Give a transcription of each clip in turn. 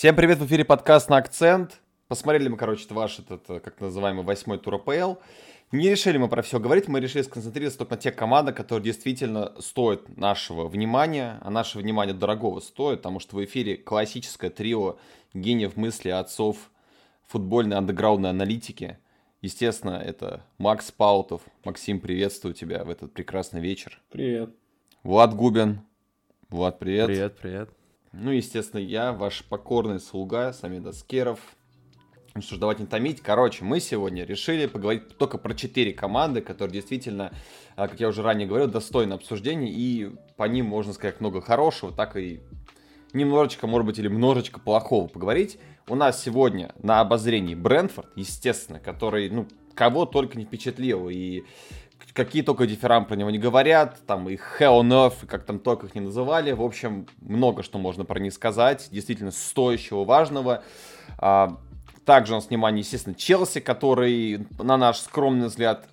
Всем привет, в эфире подкаст «На акцент». Посмотрели мы, ваш как называемый, 8-й тур АПЛ. Не решили мы про все говорить, мы решили сконцентрироваться только на тех командах, которые действительно стоят нашего внимания, а наше внимание дорогого стоит, потому что в эфире классическое трио гениев мысли, отцов футбольной андеграундной аналитики. Естественно, это Макс Паутов. Максим, приветствую тебя в этот прекрасный вечер. Привет. Влад Губин. Влад, привет. Привет. Ну, естественно, я, ваш покорный слуга, Самед Аскеров. Ну что ж, давайте не томить. Мы сегодня решили поговорить только про 4 команды, которые действительно, как я уже ранее говорил, достойны обсуждения. И по ним можно сказать много хорошего, так и немножечко, может быть, или множечко плохого поговорить. У нас сегодня на обозрении Брентфорд, естественно, который, кого только не впечатлил. И какие только дифирамбы про него не говорят, там и hell on earth, как там только их не называли. В общем, много что можно про них сказать, действительно стоящего, важного. Также у нас внимание, естественно, Челси, который, на наш скромный взгляд,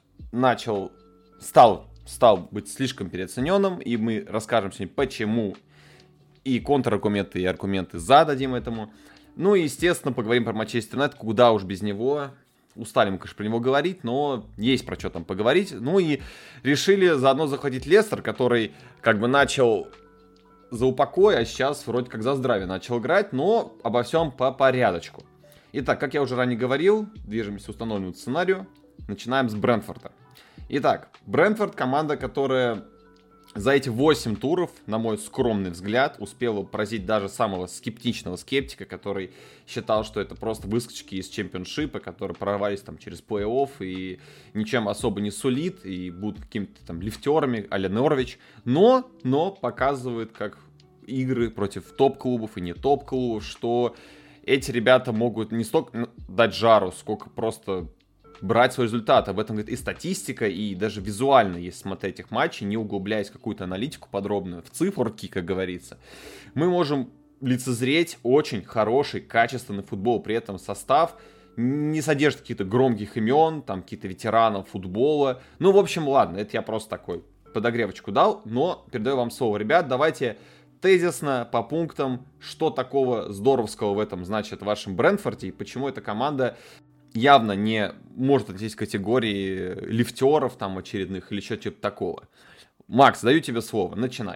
стал быть слишком переоцененным, и мы расскажем сегодня, почему, и контраргументы, и аргументы зададим этому. Ну и, естественно, поговорим про Манчестер Юнайтед, куда уж без него. Устали мы, конечно, про него говорить, но есть про что там поговорить. Ну и решили заодно захватить Лестер, который начал за упокой, а сейчас вроде как за здравие начал играть, но обо всем по порядочку. Итак, как я уже ранее говорил, движемся к установленному сценарию. Начинаем с Брентфорда. Итак, Брентфорд — команда, которая за эти 8 туров, на мой скромный взгляд, успела поразить даже самого скептичного скептика, который считал, что это просто выскочки из чемпионшипа, которые прорвались там через плей-офф и ничем особо не сулит, и будут какими-то там лифтерами а-ля Норвич. Но показывает, как игры против топ-клубов и не топ-клубов, что эти ребята могут не столько дать жару, сколько просто брать свой результат. Об этом говорит и статистика, и даже визуально, если смотреть их матчи, не углубляясь в какую-то аналитику подробную, в циферки, как говорится, мы можем лицезреть очень хороший, качественный футбол. При этом состав не содержит каких-то громких имен, там каких-то ветеранов футбола. В общем, ладно, это я просто такой подогревочку дал, но передаю вам слово. Ребят, давайте тезисно, по пунктам, что такого здоровского в этом значит в вашем Брентфорде, и почему эта команда явно не может относиться к категории лифтеров там очередных или еще чего-то такого. Макс, даю тебе слово, начинай.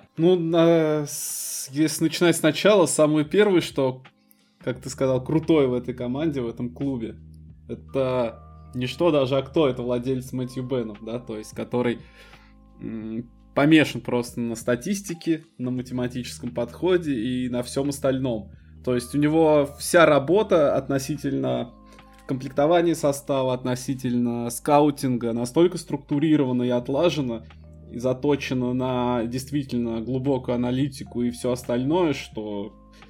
Если начинать сначала, самый первый, что, как ты сказал, крутой в этой команде, в этом клубе, это не что даже, а кто, это владелец Мэтью Беннов, да, то есть, который помешан просто на статистике, на математическом подходе и на всем остальном. То есть, у него вся работа относительно комплектование состава, относительно скаутинга настолько структурировано и отлажено, и заточено на действительно глубокую аналитику и все остальное, что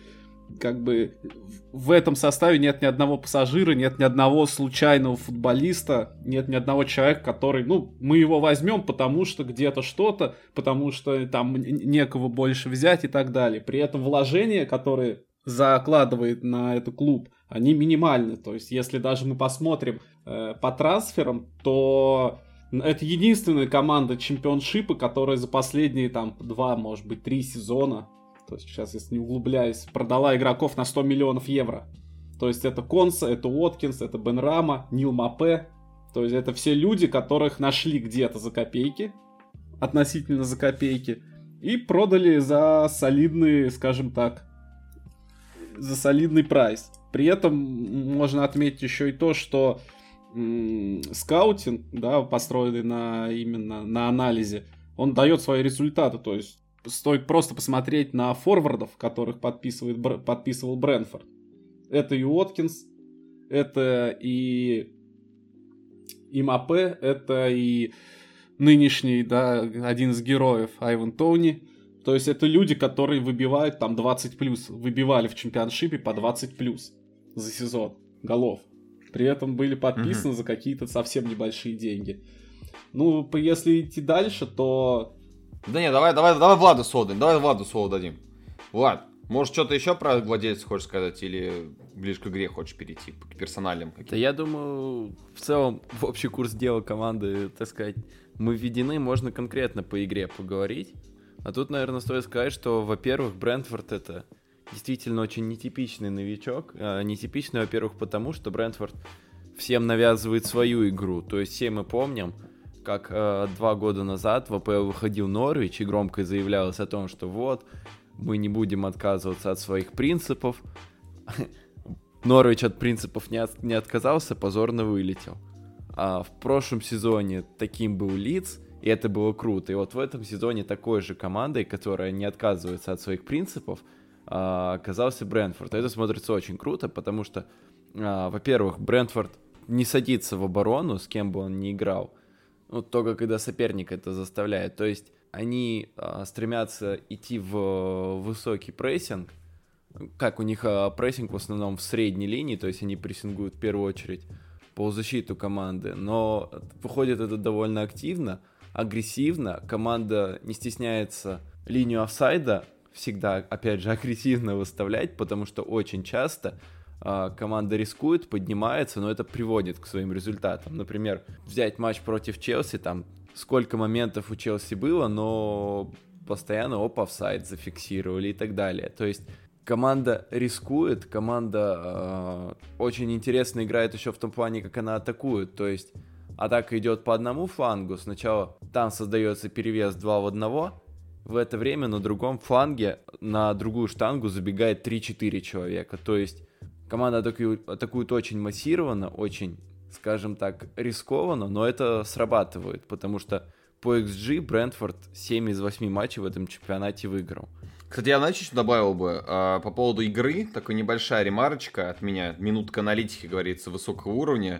в этом составе нет ни одного пассажира, нет ни одного случайного футболиста, нет ни одного человека, который, мы его возьмем, потому что где-то что-то, потому что там некого больше взять и так далее. При этом вложения, которые закладывает на этот клуб, они минимальны. То есть, если даже мы посмотрим по трансферам, то это единственная команда чемпионшипа, которая за последние 2, может быть, 3 сезона, то есть сейчас, если не углубляюсь, продала игроков на 100 миллионов евро. То есть, это Конса, это Уоткинс, это Бенрама, Нил Мапе. То есть, это все люди, которых нашли где-то за копейки, относительно за копейки, и продали за солидные, скажем так, за солидный прайс. При этом можно отметить еще и то, что скаутинг, да, построенный именно на анализе, он дает свои результаты. То есть стоит просто посмотреть на форвардов, которых подписывал Брентфорд. Это и Уоткинс, это и Мапе, это и нынешний, да, один из героев Айван Тони. То есть это люди, которые выбивают 20+, выбивали в чемпионшипе по 20+ за сезон голов. При этом были подписаны за какие-то совсем небольшие деньги. Если идти дальше, то... Да не, давай Владу слово дадим. Влад, может, что-то еще про владельца хочешь сказать, или ближе к игре хочешь перейти, к персональным каким-то? Да я думаю, в целом, в общий курс дела команды, так сказать, мы введены, можно конкретно по игре поговорить. А тут, наверное, стоит сказать, что, во-первых, Брентфорд — это действительно очень нетипичный новичок. Нетипичный, во-первых, потому что Брентфорд всем навязывает свою игру. То есть все мы помним, как 2 года назад в АПЛ выходил Норвич и громко заявлялось о том, что вот, мы не будем отказываться от своих принципов. Норвич от принципов не отказался, позорно вылетел. А в прошлом сезоне таким был Лидс, и это было круто. И вот в этом сезоне такой же командой, которая не отказывается от своих принципов, оказался Брентфорд. Это смотрится очень круто, потому что, во-первых, Брентфорд не садится в оборону, с кем бы он ни играл, ну, только когда соперник это заставляет. То есть они стремятся идти в высокий прессинг. Как у них прессинг в основном в средней линии, то есть они прессингуют в первую очередь полузащиту команды, но выходит это довольно активно, агрессивно. Команда не стесняется линию офсайда всегда, опять же, агрессивно выставлять, потому что очень часто команда рискует, поднимается, но это приводит к своим результатам. Например, взять матч против Челси, там сколько моментов у Челси было, но постоянно офсайд зафиксировали и так далее. То есть команда рискует, команда очень интересно играет еще в том плане, как она атакует. То есть атака идет по одному флангу, сначала там создается перевес 2 в 1, в это время на другом фланге на другую штангу забегает 3-4 человека. То есть команда атакует очень массированно, очень, скажем так, рискованно, но это срабатывает, потому что по XG Брентфорд 7 из 8 матчей в этом чемпионате выиграл. Кстати, я, знаете, что добавил бы? По поводу игры, такая небольшая ремарочка от меня, минутка аналитики, говорится, высокого уровня.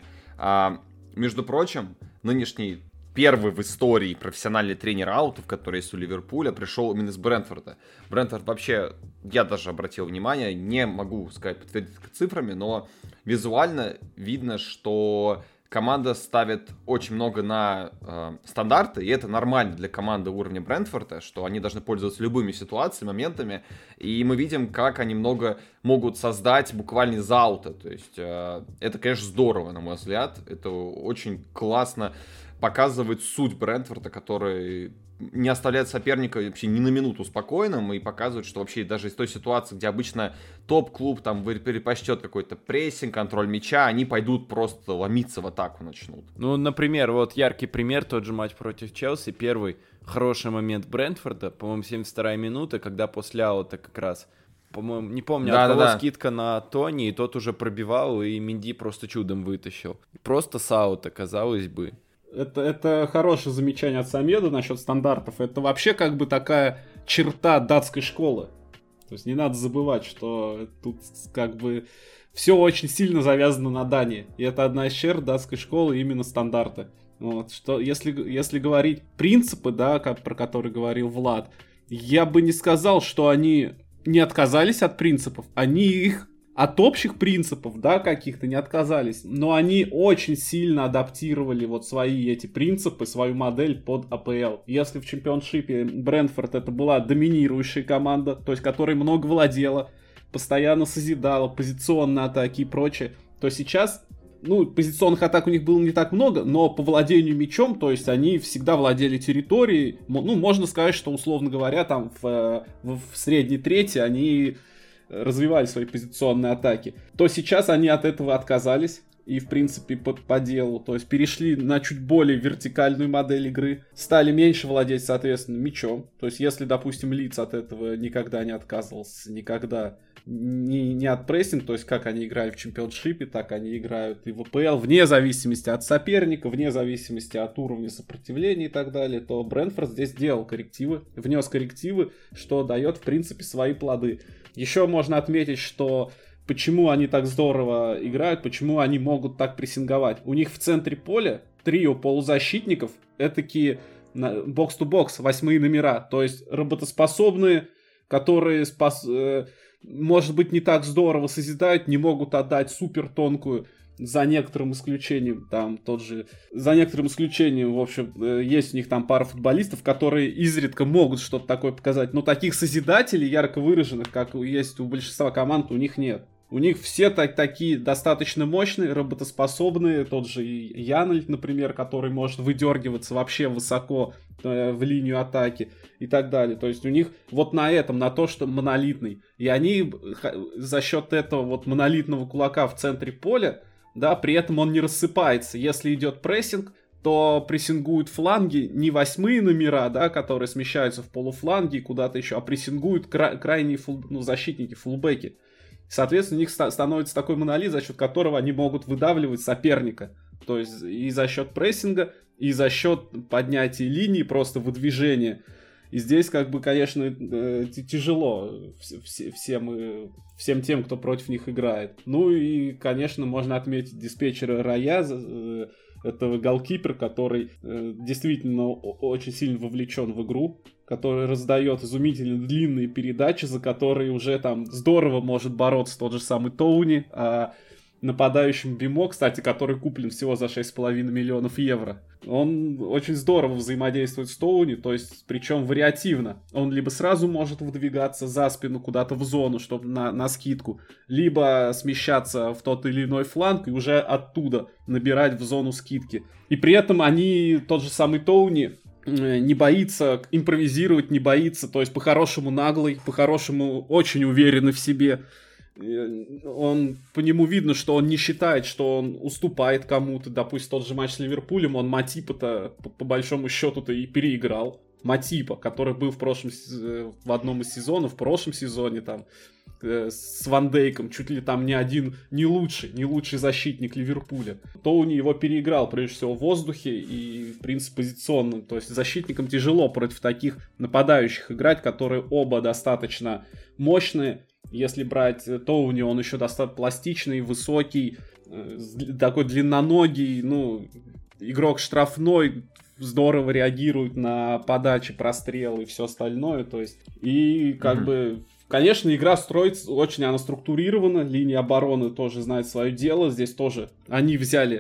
Между прочим, нынешний первый в истории профессиональный тренер аутов, который есть у Ливерпуля, пришел именно с Брентфорда. Брентфорд вообще, я даже обратил внимание, не могу сказать, подтвердить цифрами, но визуально видно, что команда ставит очень много на стандарты, и это нормально для команды уровня Брентфорда, что они должны пользоваться любыми ситуациями, моментами, и мы видим, как они много могут создать буквально из аута, то есть это, конечно, здорово, на мой взгляд, это очень классно показывает суть Брентфорда, который не оставляет соперника вообще ни на минуту спокойным и показывает, что вообще даже из той ситуации, где обычно топ-клуб там предпочтет какой-то прессинг, контроль мяча, они пойдут просто ломиться в атаку начнут. Ну, например, вот яркий пример, тот же матч против Челси, первый хороший момент Брентфорда, по-моему, 72-я минута, когда после аута как раз, по-моему, не помню, от кого скидка на Тони, и тот уже пробивал, и Менди просто чудом вытащил. Просто с аута, казалось бы. Это хорошее замечание от Самеда насчет стандартов. Это вообще как бы такая черта датской школы. То есть не надо забывать, что тут как бы все очень сильно завязано на Дании. И это одна из черт датской школы, именно стандарты. Вот, что если говорить принципы, да, про которые говорил Влад, я бы не сказал, что они не отказались от принципов. Они их от общих принципов, да, каких-то не отказались, но они очень сильно адаптировали вот свои эти принципы, свою модель под АПЛ. Если в чемпионшипе Брентфорд это была доминирующая команда, то есть которая много владела, постоянно созидала, позиционные атаки и прочее, то сейчас, ну, позиционных атак у них было не так много, но по владению мячом, то есть они всегда владели территорией, ну, можно сказать, что, условно говоря, там в средней трети они развивали свои позиционные атаки, то сейчас они от этого отказались и, в принципе, по делу, то есть перешли на чуть более вертикальную модель игры, стали меньше владеть, соответственно, мячом, то есть если, допустим, Лидс от этого никогда не отказывался, никогда не от прессинга, то есть как они играли в чемпионшипе, так они играют и в АПЛ, вне зависимости от соперника, вне зависимости от уровня сопротивления и так далее, то Брентфорд здесь делал коррективы, внес коррективы, что дает, в принципе, свои плоды. Еще можно отметить, что почему они так здорово играют, почему они могут так прессинговать. У них в центре поля трио полузащитников, этакие бокс-то-бокс, 8 номера, то есть работоспособные, которые может быть, не так здорово созидают, не могут отдать супер тонкую, за некоторым исключением, там, за некоторым исключением, в общем, есть у них там пара футболистов, которые изредка могут что-то такое показать, но таких созидателей ярко выраженных, как есть у большинства команд, у них нет. У них все такие достаточно мощные, работоспособные. Тот же Янель, например, который может выдергиваться вообще высоко в линию атаки и так далее. То есть у них вот на этом, на то, что монолитный. И они за счет этого вот монолитного кулака в центре поля, да, при этом он не рассыпается. Если идет прессинг, то прессингуют фланги не восьмые номера, да, которые смещаются в полуфланги и куда-то еще, а прессингуют крайние защитники, фулбеки. Соответственно, у них становится такой монолит, за счет которого они могут выдавливать соперника. То есть и за счет прессинга, и за счет поднятия линии, просто выдвижения. И здесь, как бы, конечно, тяжело всем тем, кто против них играет. Ну и, конечно, можно отметить диспетчера Рая, этого голкипера, который действительно очень сильно вовлечен в игру, который раздает изумительно длинные передачи, за которые уже там здорово может бороться тот же самый Тоуни, а нападающим Бимо, кстати, который куплен всего за 6,5 миллионов евро. Он очень здорово взаимодействует с Тоуни, то есть, причем вариативно. Он либо сразу может выдвигаться за спину куда-то в зону, чтобы на скидку, либо смещаться в тот или иной фланг и уже оттуда набирать в зону скидки. И при этом тот же самый Тоуни, не боится импровизировать, не боится, то есть по-хорошему наглый, по-хорошему очень уверенный в себе. По нему видно, что он не считает, что он уступает кому-то. Допустим, тот же матч с Ливерпулем, он Матипа-то по большому счету-то и переиграл. Матипа, который был в одном из сезонов, в прошлом сезоне там с Ван Дейком, чуть ли там не лучший защитник Ливерпуля. Тоуни его переиграл, прежде всего, в воздухе и, в принципе, позиционно. То есть защитникам тяжело против таких нападающих играть, которые оба достаточно мощные. Если брать Тоуни, он еще достаточно пластичный, высокий, такой длинноногий, игрок штрафной, здорово реагирует на подачи, прострелы и все остальное. То есть, и как бы, конечно, игра строится очень, она структурирована, линия обороны тоже знает свое дело. Здесь тоже они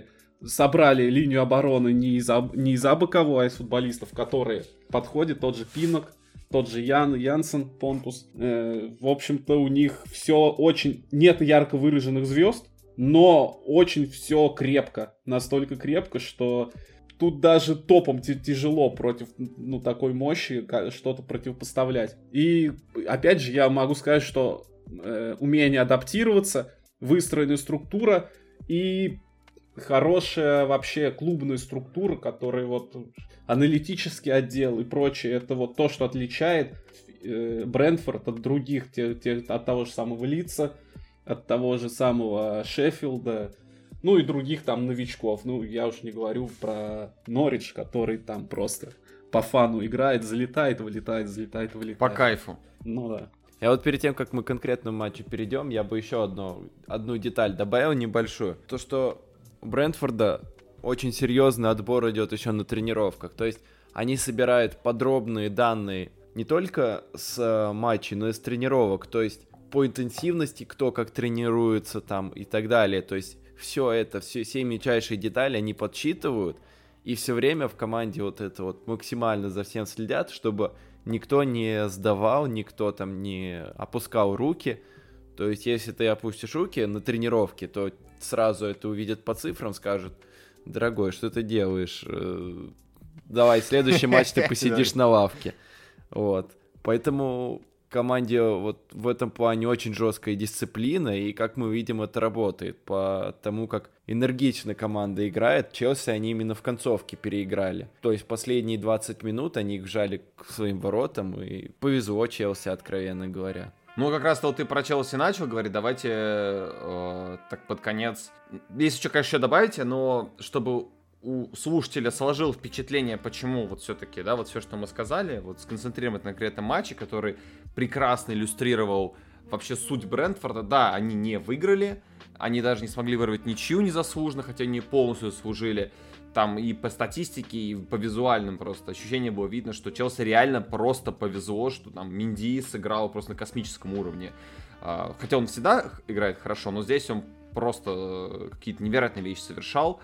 собрали линию обороны не из абы кого, а из футболистов, которые подходят, тот же Пинок, тот же Янсен, Понтус. В общем-то, у них все очень... Нет ярко выраженных звезд, но очень все крепко. Настолько крепко, что тут даже топом тяжело против такой мощи что-то противопоставлять. И, опять же, я могу сказать, что умение адаптироваться, выстроенная структура и хорошая вообще клубная структура, которая вот аналитический отдел и прочее, это вот то, что отличает Брентфорд от других, от того же самого Лидса, от того же самого Шеффилда, и других там новичков. Я уж не говорю про Норвич, который там просто по фану играет, залетает, вылетает, залетает, вылетает. По кайфу. Да. Я вот перед тем, как мы к конкретному матчу перейдем, я бы еще одну деталь добавил небольшую. То, что у Брентфорда очень серьезный отбор идет еще на тренировках. То есть они собирают подробные данные не только с матчей, но и с тренировок. То есть по интенсивности, кто как тренируется там и так далее. То есть все мельчайшие детали они подсчитывают. И все время в команде вот это вот максимально за всем следят, чтобы никто не сдавал, никто там не опускал руки. То есть если ты опустишь руки на тренировке, то сразу это увидят по цифрам, скажут: дорогой, что ты делаешь? Давай, следующий матч ты посидишь на лавке. Вот. Поэтому команде вот в этом плане очень жесткая дисциплина, и, как мы видим, это работает. По тому, как энергично команда играет, Челси они именно в концовке переиграли. То есть последние 20 минут они их вжали к своим воротам, и повезло Челси, откровенно говоря. Как раз-то вот ты про Челси начал говорить, давайте так под конец. Если что, конечно, еще добавите, но чтобы у слушателя сложил впечатление, почему вот все-таки, да, вот все, что мы сказали, вот сконцентрировать на конкретном матче, который прекрасно иллюстрировал вообще суть Брентфорда. Да, они не выиграли, они даже не смогли вырвать ничью незаслуженно, хотя они полностью служили. Там и по статистике, и по визуальным просто ощущениям было видно, что Челси реально просто повезло, что там Менди сыграл просто на космическом уровне. Хотя он всегда играет хорошо, но здесь он просто какие-то невероятные вещи совершал.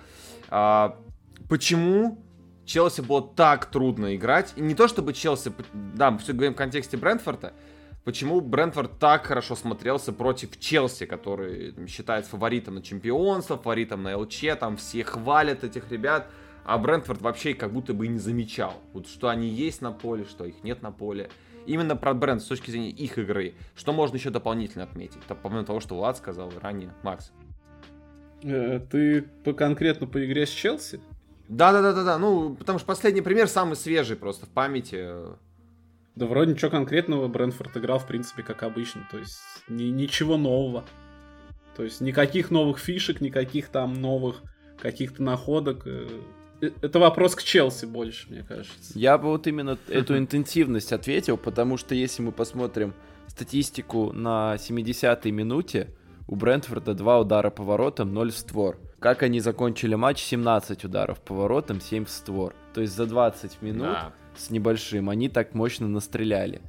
Почему Челси было так трудно играть? И не то чтобы Челси, да, мы все говорим в контексте Брентфорда, почему Брентфорд так хорошо смотрелся против Челси, который считается фаворитом на чемпионство, фаворитом на ЛЧ, там все хвалят этих ребят, а Брентфорд вообще как будто бы и не замечал, вот что они есть на поле, что их нет на поле. Именно про Брент с точки зрения их игры, что можно еще дополнительно отметить, помимо того, что Влад сказал ранее. Макс. Ты конкретно по игре с Челси? Да, ну, потому что последний пример самый свежий просто в памяти. Да вроде ничего конкретного, Брентфорд играл, в принципе, как обычно, то есть ничего нового. То есть никаких новых фишек, никаких там новых каких-то находок. Это вопрос к Челси больше, мне кажется. Я бы вот именно эту интенсивность ответил, потому что если мы посмотрим статистику на 70-й минуте, у Брентфорда 2 удара по воротам, 0 в створ. Как они закончили матч? 17 ударов по воротам, 7 в створ. То есть за 20 минут с небольшим они так мощно настреляли.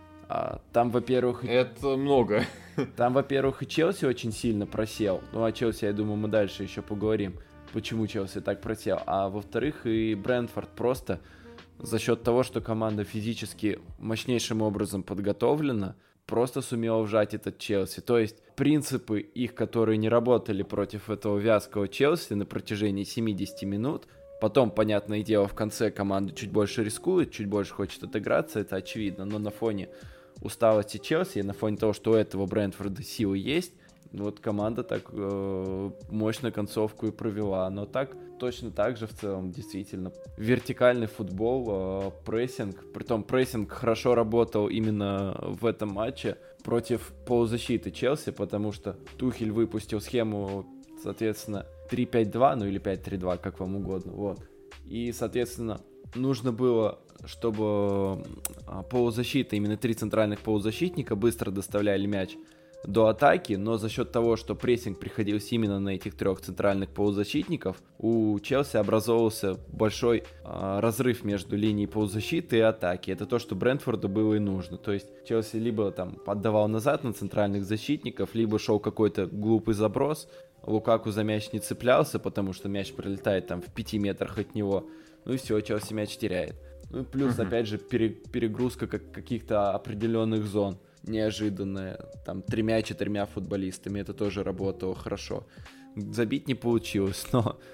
Там, во-первых... Это много. Там, во-первых, и Челси очень сильно просел. Ну, о Челси, я думаю, мы дальше еще поговорим, почему Челси так просел. А во-вторых, и Брентфорд просто за счет того, что команда физически мощнейшим образом подготовлена, просто сумела вжать этот Челси. То есть принципы их, которые не работали против этого вязкого Челси на протяжении 70 минут, потом, понятное дело, в конце команда чуть больше рискует, чуть больше хочет отыграться, это очевидно, но на фоне усталости Челси и на фоне того, что у этого Брентфорда силы есть, вот команда так мощно концовку и провела. Но так, точно так же в целом, действительно, вертикальный футбол, прессинг. Притом прессинг хорошо работал именно в этом матче против полузащиты Челси, потому что Тухель выпустил схему, соответственно, 3-5-2, ну или 5-3-2, как вам угодно, вот. И, соответственно, нужно было, чтобы полузащита, именно 3 центральных полузащитника быстро доставляли мяч до атаки, но за счет того, что прессинг приходился именно на этих 3 центральных полузащитников, у Челси образовался большой разрыв между линией полузащиты и атаки. Это то, что Брентфорду было и нужно. То есть Челси либо там отдавал назад на центральных защитников, либо шел какой-то глупый заброс. Лукаку за мяч не цеплялся, потому что мяч пролетает там в 5 метрах от него. Ну и все, Челси мяч теряет. Ну и плюс, опять же, перегрузка каких-то определенных зон. Неожиданная, там 3-4 футболистами, это тоже работало хорошо. Забить не получилось,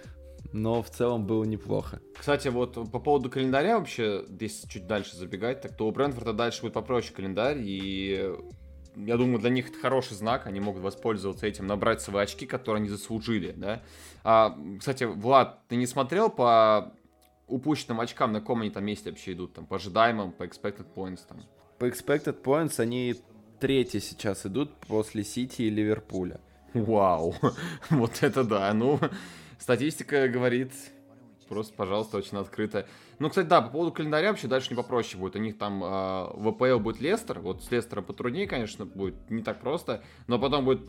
но в целом было неплохо. Кстати, вот по поводу календаря вообще, если чуть дальше забегать, так то у Брентфорда дальше будет попроще календарь, и я думаю, для них это хороший знак, они могут воспользоваться этим, набрать свои очки, которые они заслужили, да. Кстати, Влад, ты не смотрел по упущенным очкам, на каком они там месте вообще идут, там, по ожидаемым, по expected points там? По expected points они 3 сейчас идут после Сити и Ливерпуля. Вау, вот это да, ну, статистика говорит просто, пожалуйста, очень открыто. Ну, кстати, да, по поводу календаря вообще дальше не попроще будет. У них там в АПЛ будет Лестер, вот с Лестером потруднее, конечно, будет не так просто, но потом будет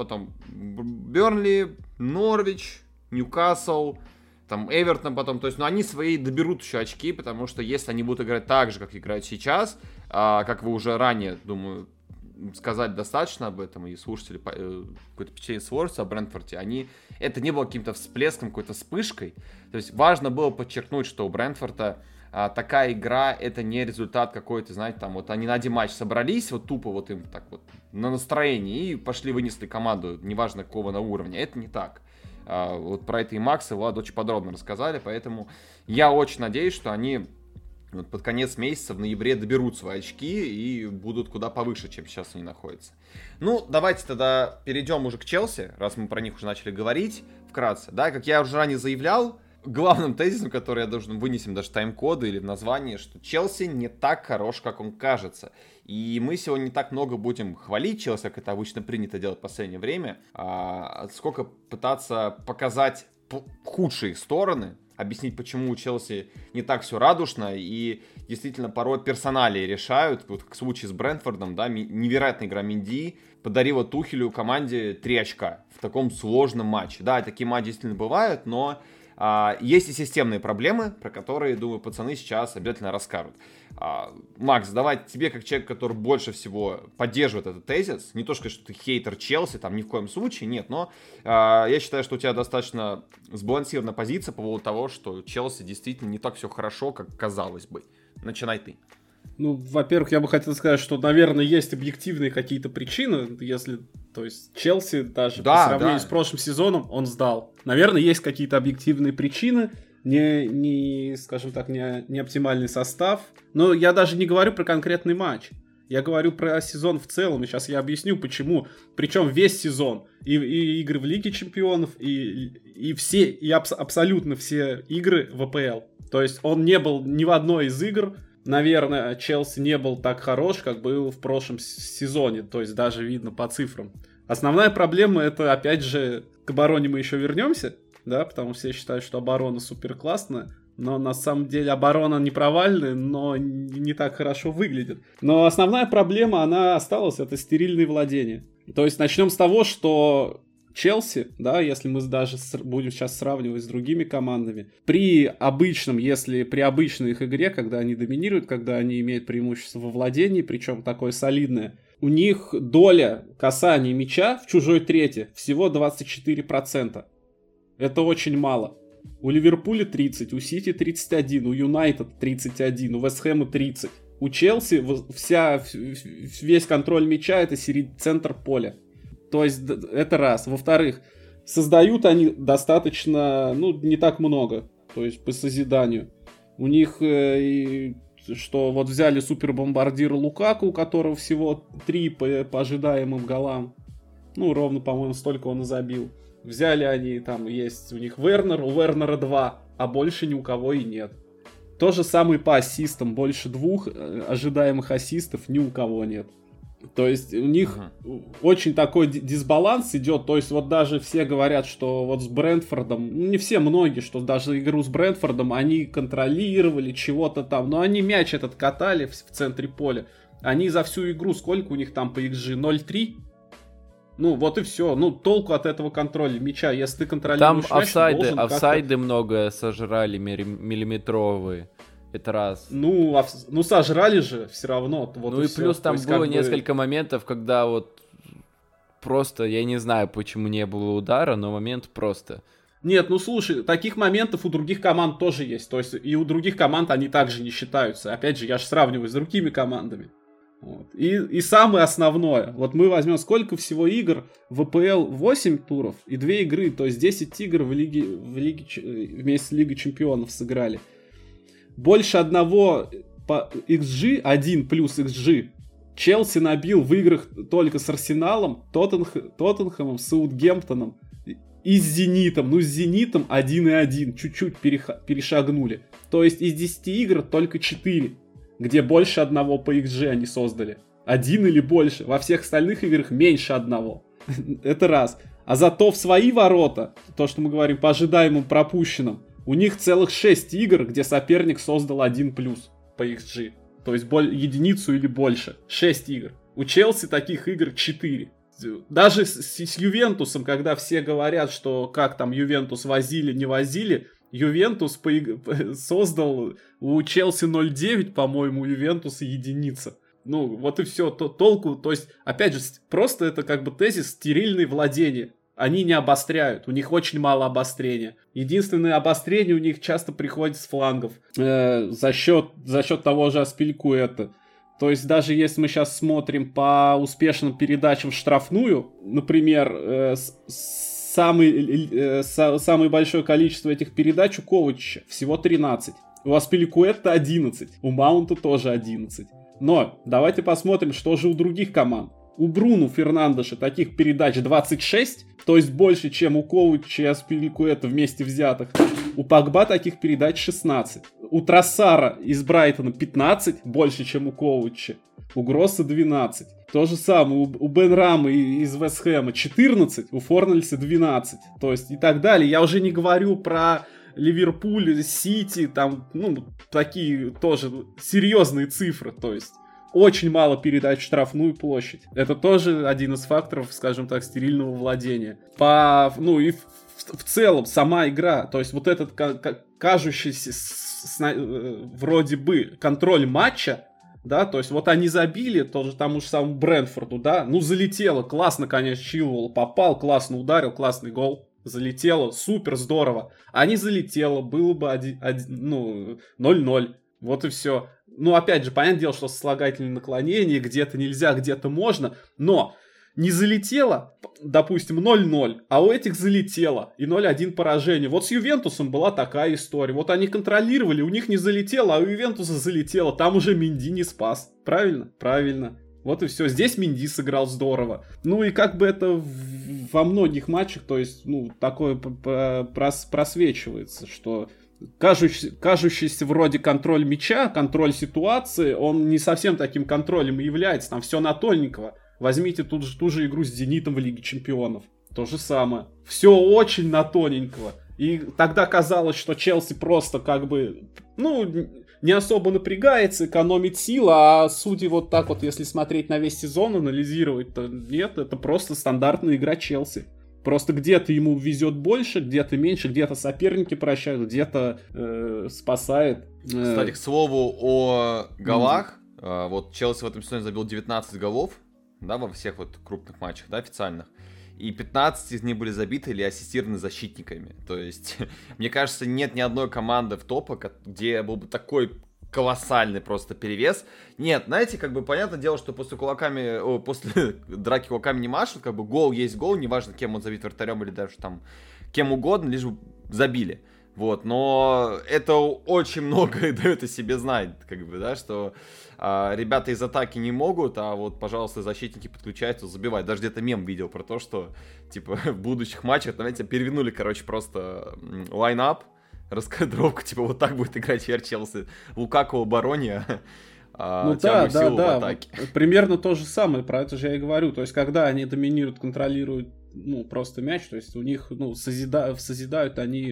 Бернли, Норвич, Ньюкасл, там Эвертон потом, то есть, ну, они свои доберут еще очки, потому что если они будут играть так же, как играют сейчас, как вы уже ранее, думаю, сказать достаточно об этом, и слушатели какое-то впечатление сложится о Брентфорде, это не было каким-то всплеском, какой-то вспышкой, то есть важно было подчеркнуть, что у Брентфорда такая игра, это не результат какой-то, знаете, там, вот они на один матч собрались, вот тупо вот им так вот на настроении и пошли вынесли команду, неважно какого на уровне, это не так. Вот про это и Макс, и Влад очень подробно рассказали, поэтому я очень надеюсь, что они вот под конец месяца в ноябре доберут свои очки и будут куда повыше, чем сейчас они находятся. Ну, давайте тогда перейдем уже к Челси, раз мы про них уже начали говорить вкратце. Да, как я уже ранее заявлял, главным тезисом, который я должен вынесем даже тайм-коды или в названии, что Челси не так хорош, как он кажется. И мы сегодня не так много будем хвалить Челси, как это обычно принято делать в последнее время, сколько пытаться показать худшие стороны, объяснить, почему у Челси не так все радужно, и действительно порой персоналии решают, вот как в случае с Брентфордом, да, невероятная игра Менди подарила Тухелю команде 3 очка в таком сложном матче. Да, такие матчи действительно бывают, но есть и системные проблемы, про которые, думаю, пацаны сейчас обязательно расскажут. Макс, давай тебе, как человек, который больше всего поддерживает этот тезис, не то сказать, что ты хейтер Челси, там ни в коем случае, нет, но я считаю, что у тебя достаточно сбалансированная позиция по поводу того, что Челси действительно не так все хорошо, как казалось бы. Начинай ты. Ну, во-первых, я бы хотел сказать, что, наверное, есть объективные какие-то причины, если, то есть, Челси даже по сравнению с прошлым сезоном он сдал. Наверное, есть какие-то объективные причины, скажем так, не оптимальный состав. Но я даже не говорю про конкретный матч. Я говорю про сезон в целом, и сейчас я объясню, почему. Причем весь сезон. И игры в Лиге Чемпионов, абсолютно все игры в АПЛ. То есть он не был ни в одной из игр. Наверное, Челси не был так хорош, как был в прошлом сезоне. То есть даже видно по цифрам. Основная проблема — это, опять же, к обороне мы еще вернемся. Да, потому что все считают, что оборона супер классная. Но на самом деле оборона не провальная, но не так хорошо выглядит. Но основная проблема, она осталась, это стерильные владения. То есть начнем с того, что Челси, да, если мы даже будем сейчас сравнивать с другими командами, при обычной их игре, когда они доминируют, когда они имеют преимущество во владении, причем такое солидное, у них доля касания мяча в чужой трети всего 24%. Это очень мало. У Ливерпуля 30, у Сити 31, у Юнайтед 31, у Вест-Хэма 30. У Челси весь контроль мяча — это центр поля. То есть это раз. Во-вторых, создают они достаточно, не так много. То есть по созиданию. У них, что вот взяли супербомбардира Лукаку, у которого всего 3 по ожидаемым голам. Ровно, по-моему, столько он и забил. Взяли они, там есть у них Вернер, у Вернера 2, а больше ни у кого и нет. То же самое по ассистам, больше 2 ожидаемых ассистов ни у кого нет. То есть у них очень такой дисбаланс идет, то есть вот даже все говорят, что вот с Брентфордом, не все, многие, что даже игру с Брентфордом они контролировали чего-то там, но они мяч этот катали в центре поля, они за всю игру, сколько у них там по XG, 0,3? Вот и все. Толку от этого контроля мяча. Если ты контролируешь там мяч, офсайды много сожрали, миллиметровые. Это раз. Сожрали же все равно. Вот и плюс там было несколько моментов, когда вот просто, я не знаю, почему не было удара, но момент просто... Нет, слушай, таких моментов у других команд тоже есть. То есть и у других команд они также не считаются. Опять же, я же сравниваю с другими командами. Вот. И самое основное, вот мы возьмем, сколько всего игр в АПЛ, 8 туров и 2 игры, то есть 10 игр вместе с Лигой Чемпионов сыграли. Больше одного по XG, 1 плюс XG, Челси набил в играх только с Арсеналом, Тоттенхэмом, Саутгемптоном и с Зенитом. С Зенитом 1-1, чуть-чуть перешагнули. То есть из 10 игр только 4. Где больше одного по XG они создали. 1 или больше. Во всех остальных играх меньше одного. Это раз. А зато в свои ворота, то, что мы говорим по ожидаемым пропущенным, у них целых 6 игр, где соперник создал 1+ по XG. То есть единицу или больше. 6 игр. У Челси таких игр 4. Даже с Ювентусом, когда все говорят, что как там Ювентус возили, не возили, Ювентус создал у Челси 0,9, по-моему, у Ювентуса единица. Вот и все. Толку, то есть, опять же, просто это как бы тезис стерильные владения. Они не обостряют, у них очень мало обострения. Единственное обострение у них часто приходит с флангов. За счет того же Аспиликуэта. То есть, даже если мы сейчас смотрим по успешным передачам в штрафную, например, самое большое количество этих передач у Ковача, всего 13. У Аспиликуэта 11, у Маунта тоже 11. Но давайте посмотрим, что же у других команд. У Бруно Фернандеша таких передач 26, то есть больше, чем у Ковача и Аспиликуэта вместе взятых. У Погба таких передач 16. У Троссара из Брайтона 15, больше, чем у Ковача. У Гросса 12. То же самое у Бенрама из Вестхэма 14, у Форнельса 12. То есть и так далее. Я уже не говорю про Ливерпуль, Сити, там, такие тоже серьезные цифры. То есть очень мало передач в штрафную площадь. Это тоже один из факторов, скажем так, стерильного владения. И в целом сама игра, то есть вот этот кажущийся вроде бы контроль матча, да, то есть вот они забили тоже тому же самому Брентфорду, да, залетело, классно, конечно, Чилуэлл попал, классно ударил, классный гол, залетело, супер, здорово, а не залетело, было бы 0-0, вот и все. ну, опять же, понятное дело, что сослагательные наклонения, где-то нельзя, где-то можно, но не залетело, допустим, 0-0, а у этих залетело, и 0-1 поражение. Вот с Ювентусом была такая история. Вот они контролировали, у них не залетело, а у Ювентуса залетело. Там уже Менди не спас. Правильно? Правильно. Вот и все. Здесь Менди сыграл здорово. Ну и как бы это во многих матчах, то есть, ну, такое просвечивается, что кажущийся вроде контроль мяча, контроль ситуации, он не совсем таким контролем и является. Там все на тоненького. Возьмите ту же игру с Зенитом в Лиге Чемпионов. То же самое. Все очень на тоненького. И тогда казалось, что Челси просто как бы, ну, не особо напрягается, экономит силы, а судьи вот так вот, если смотреть на весь сезон, анализировать, то нет, это просто стандартная игра Челси. Просто где-то ему везет больше, где-то меньше, где-то соперники прощают, где-то спасает. Кстати, к слову о голах. Вот Челси в этом сезоне забил 19 голов. Да, во всех вот крупных матчах, да, официальных. И 15 из них были забиты или ассистированы защитниками. То есть, мне кажется, нет ни одной команды в топе, где был бы такой колоссальный просто перевес. Нет, знаете, как бы понятное дело, что после драки кулаками не машут, как бы гол есть гол, неважно, кем он забит, вратарем или даже там кем угодно, лишь бы забили. Вот, но это очень многое дает о себе знать, как бы, да, что ребята из атаки не могут, а вот, пожалуйста, защитники подключаются, забивать. Даже где-то мем видел про то, что, типа, в будущих матчах, знаете, перевернули, короче, просто лайн-ап, раскадровку, типа, вот так будет играть Челси. Лукаку в обороне, ну да, в атаке. Вот, примерно то же самое, про это же я и говорю. То есть, когда они доминируют, контролируют, ну, просто мяч, то есть, у них, ну, созидают они,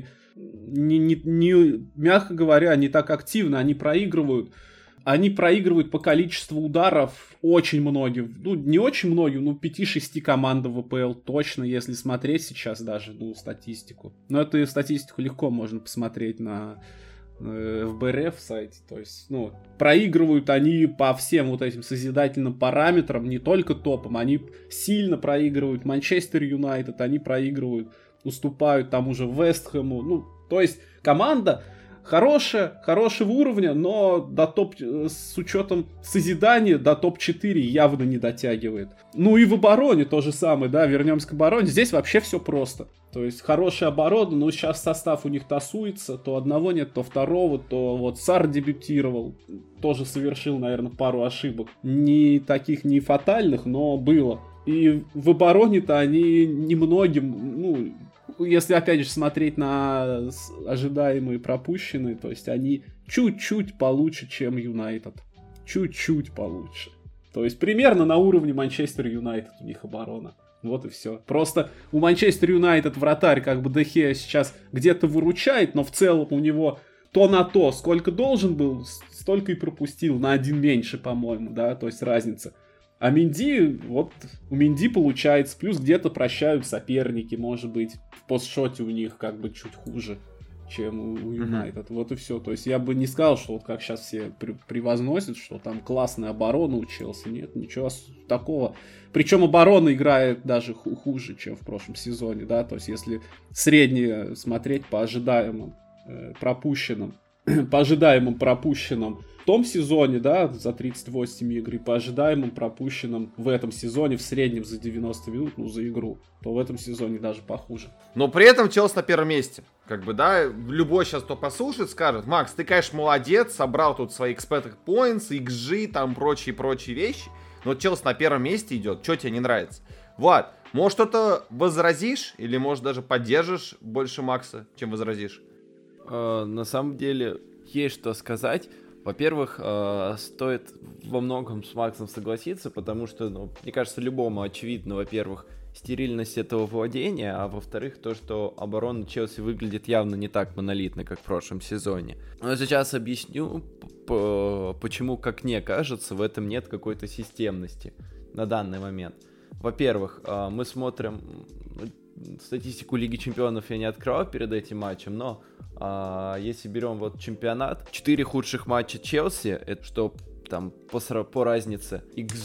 мягко говоря, не так активно, они проигрывают. Они проигрывают по количеству ударов очень многим. Ну, не очень многим, ну, 5-6 командам в ВПЛ точно, если смотреть сейчас даже, ну, статистику. Но эту статистику легко можно посмотреть на ФБРФ сайте. То есть, ну, проигрывают они по всем вот этим созидательным параметрам, не только топам. Они сильно проигрывают Манчестер Юнайтед, они проигрывают, уступают тому же Вест Хэму. Ну, то есть, команда хорошего уровня, но до с учетом созидания до топ-4 явно не дотягивает. Ну и в обороне то же самое, да, вернемся к обороне. Здесь вообще все просто. То есть хорошая оборона, но сейчас состав у них тасуется, то одного нет, то второго, то вот Сар дебютировал, тоже совершил, наверное, пару ошибок. Не таких, не фатальных, но было. И в обороне-то они немногим, ну, если опять же смотреть на ожидаемые пропущенные, то есть они чуть-чуть получше, чем Юнайтед. Чуть-чуть получше. То есть примерно на уровне Манчестер Юнайтед у них оборона. Вот и все. Просто у Манчестер Юнайтед вратарь как бы Де Хеа сейчас где-то выручает, но в целом у него то на то, сколько должен был, столько и пропустил. На один меньше, по-моему, да, то есть разница. А Менди, вот у Менди получается, плюс где-то прощают соперники, может быть, в постшоте у них как бы чуть хуже, чем у Юнайтед. Вот и все. То есть я бы не сказал, что вот как сейчас все превозносят, что там классная оборона у Челси. Нет, ничего такого. Причем оборона играет даже хуже, чем в прошлом сезоне, да, то есть если среднее смотреть по ожидаемым пропущенным в том сезоне, да, за 38 игр, и по ожидаемым пропущенным в этом сезоне в среднем за 90 минут, ну, за игру, то в этом сезоне даже похуже. Но при этом Челси на первом месте. Как бы, да, любой сейчас кто послушает, скажет: Макс, ты, конечно, молодец, собрал тут свои expected points, XG, там прочие вещи, но Челси на первом месте идет, что тебе не нравится? Влад, может что-то возразишь, или может даже поддержишь больше Макса, чем возразишь? На самом деле, есть что сказать. Во-первых, стоит во многом с Максом согласиться, потому что, ну, мне кажется, любому очевидно, во-первых, стерильность этого владения, а во-вторых, то, что оборона Челси выглядит явно не так монолитно, как в прошлом сезоне. Но сейчас объясню, почему, как мне кажется, в этом нет какой-то системности на данный момент. Во-первых, мы смотрим статистику Лиги Чемпионов, я не открывал перед этим матчем, но если берем вот чемпионат, 4 худших матча Челси, это что там по разнице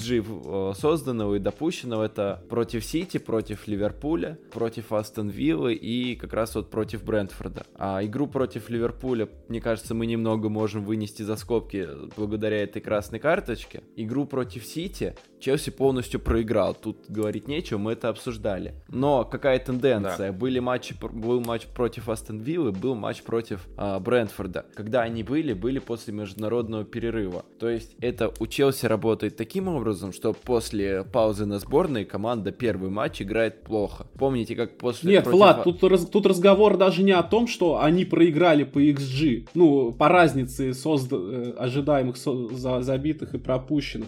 XG созданного и допущенного, это против Сити, против Ливерпуля, против Астон Виллы и как раз вот против Брентфорда. А игру против Ливерпуля, мне кажется, мы немного можем вынести за скобки благодаря этой красной карточке. Игру против Сити Челси полностью проиграл. Тут говорить нечего, мы это обсуждали. Но какая тенденция? Да. Был матч против Астон Виллы, был матч против Брентфорда. Когда они были после международного перерыва. То есть это у Челси работает таким образом, что после паузы на сборной команда первый матч играет плохо. Помните, как после... Нет, Влад, тут разговор даже не о том, что они проиграли по XG, ну, по разнице ожидаемых забитых и пропущенных,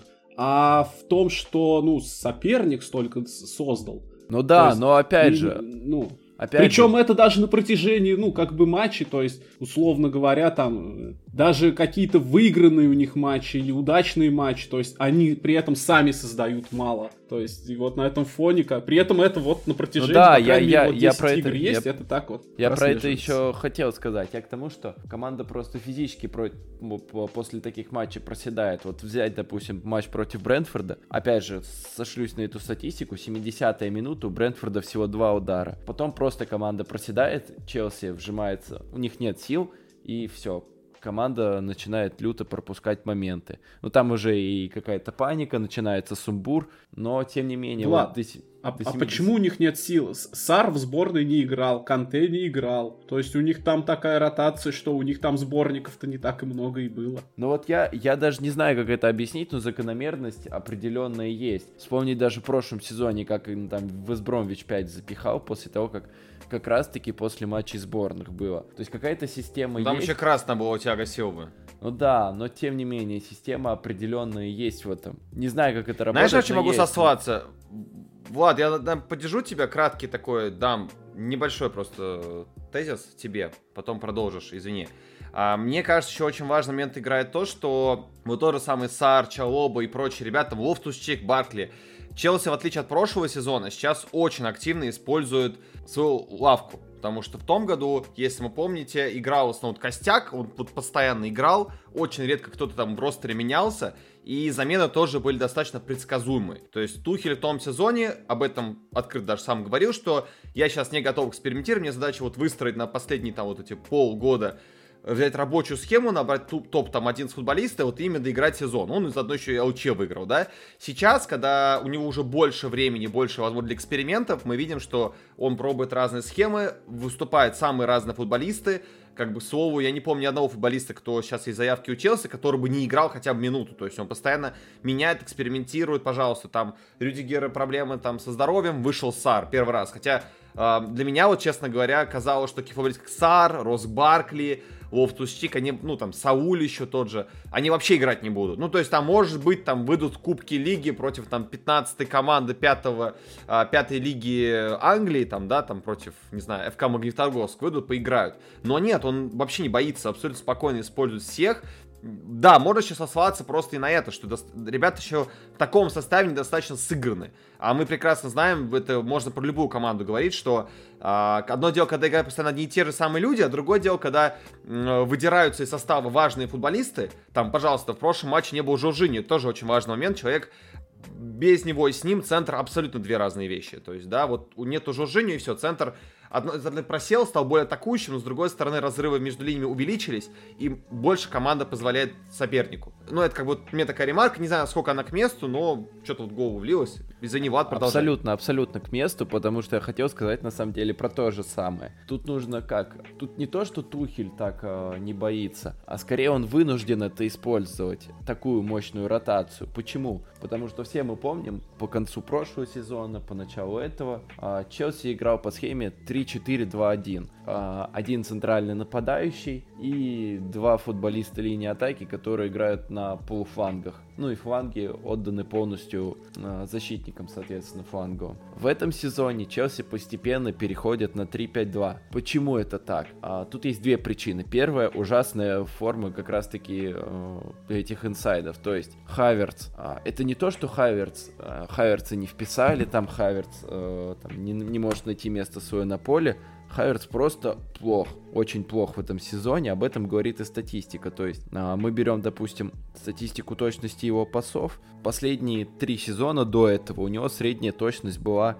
а в том, что, ну, соперник столько создал. Ну да, есть, но опять же... Ну... Причем это даже на протяжении, ну, как бы матчей, то есть, условно говоря, там, даже какие-то выигранные у них матчи или удачные матчи, то есть, они при этом сами создают мало. То есть, и вот на этом фоне, при этом это вот на протяжении, по крайней мере, вот 10 игр есть, это так вот. Я про это еще хотел сказать. Я к тому, что команда просто физически после таких матчей проседает. Вот взять, допустим, матч против Брентфорда, опять же, сошлюсь на эту статистику, 70-я минута, у Брентфорда всего 2 удара. Потом просто команда проседает, Челси вжимается, у них нет сил, и все. Команда начинает люто пропускать моменты. Ну, там уже и какая-то паника, начинается сумбур, но, тем не менее... Влад, вот почему у них нет сил? Сар в сборной не играл, Канте не играл. То есть у них там такая ротация, что у них там сборников-то не так и много и было. Ну вот я даже не знаю, как это объяснить, но закономерность определенная есть. Вспомнить даже в прошлом сезоне, как им там Вест-Бромвич 5 запихал после того, как раз-таки после матчей сборных было. То есть какая-то система там есть. Там еще красно было у Тиаго Силвы. Ну да, но тем не менее, система определенная есть в этом. Не знаю, как это работает. Знаешь, о чем могу сослаться? Влад, я поддержу тебя, краткий такой, дам небольшой просто тезис тебе, потом продолжишь, извини. Мне кажется, еще очень важный момент играет то, что вот тот же самый Сар, Чалоба и прочие ребята, Лофтус-Чик, Баркли, Челси, в отличие от прошлого сезона, сейчас очень активно использует свою лавку. Потому что в том году, если вы помните, играл в основном костяк, он постоянно играл, очень редко кто-то там в ростере менялся, и замены тоже были достаточно предсказуемые. То есть Тухель в том сезоне, об этом открыто даже сам говорил, что я сейчас не готов экспериментировать, мне задача вот выстроить на последние там вот эти полгода, взять рабочую схему, набрать топ там 11 футболиста, вот именно доиграть сезон. Он заодно еще и ЛЧ выиграл, да. Сейчас, когда у него уже больше времени, больше возможностей для экспериментов, мы видим, что он пробует разные схемы, выступают самые разные футболисты. Как бы, к слову, я не помню ни одного футболиста, кто сейчас есть заявки у Челси, который бы не играл хотя бы минуту. То есть он постоянно меняет, экспериментирует. Пожалуйста, там Рюдигера проблемы там со здоровьем, вышел Сар первый раз. Хотя для меня, вот честно говоря, казалось, что такие футболисты как Сар, Росс Баркли, Лофтус-Чик, они, ну там, Сауль еще тот же, они вообще играть не будут. Ну, то есть там, может быть, там выйдут кубки лиги против там 15-й команды 5-й лиги Англии, там, да, там против, не знаю, ФК Магнитогорск выйдут, поиграют. Но нет, он вообще не боится, абсолютно спокойно использует всех. Да, можно еще сослаться просто и на это, что ребята еще в таком составе недостаточно сыграны. А мы прекрасно знаем, это можно про любую команду говорить, что одно дело, когда играют постоянно одни и те же самые люди, а другое дело, когда выдираются из состава важные футболисты. Там, пожалуйста, в прошлом матче не было Жоржиньо, тоже очень важный момент, человек... Без него и с ним центр абсолютно две разные вещи. То есть, да, вот нету Жоржиньо и все, центр одной стороны просел, стал более атакующим, но с другой стороны разрывы между линиями увеличились, и больше команда позволяет сопернику. Ну, это как бы у меня такая ремарка, не знаю, сколько она к месту, но что-то вот в голову влилось. Из-за него продолжай. Абсолютно к месту, потому что я хотел сказать на самом деле про то же самое. Тут нужно как? Тут не то, что Тухель так не боится, а скорее он вынужден это использовать, такую мощную ротацию. Почему? Потому что все мы помним, по концу прошлого сезона, по началу этого, Челси играл по схеме 3-4-2-1. Один центральный нападающий и 2 футболиста линии атаки, которые играют на полуфлангах. Ну и фланги отданы полностью защитникам, соответственно, фланговым. В этом сезоне Челси постепенно переходит на 3-5-2. Почему это так? Тут есть 2 причины. Первая — ужасная форма как раз-таки этих инсайдов. То есть Хаверц. Это не то, что Хаверца не вписали, там Хаверц не может найти место свое на поле. Хавертс просто плох, очень плох в этом сезоне, об этом говорит и статистика. То есть мы берем, допустим, статистику точности его пасов. Последние 3 сезона до этого у него средняя точность была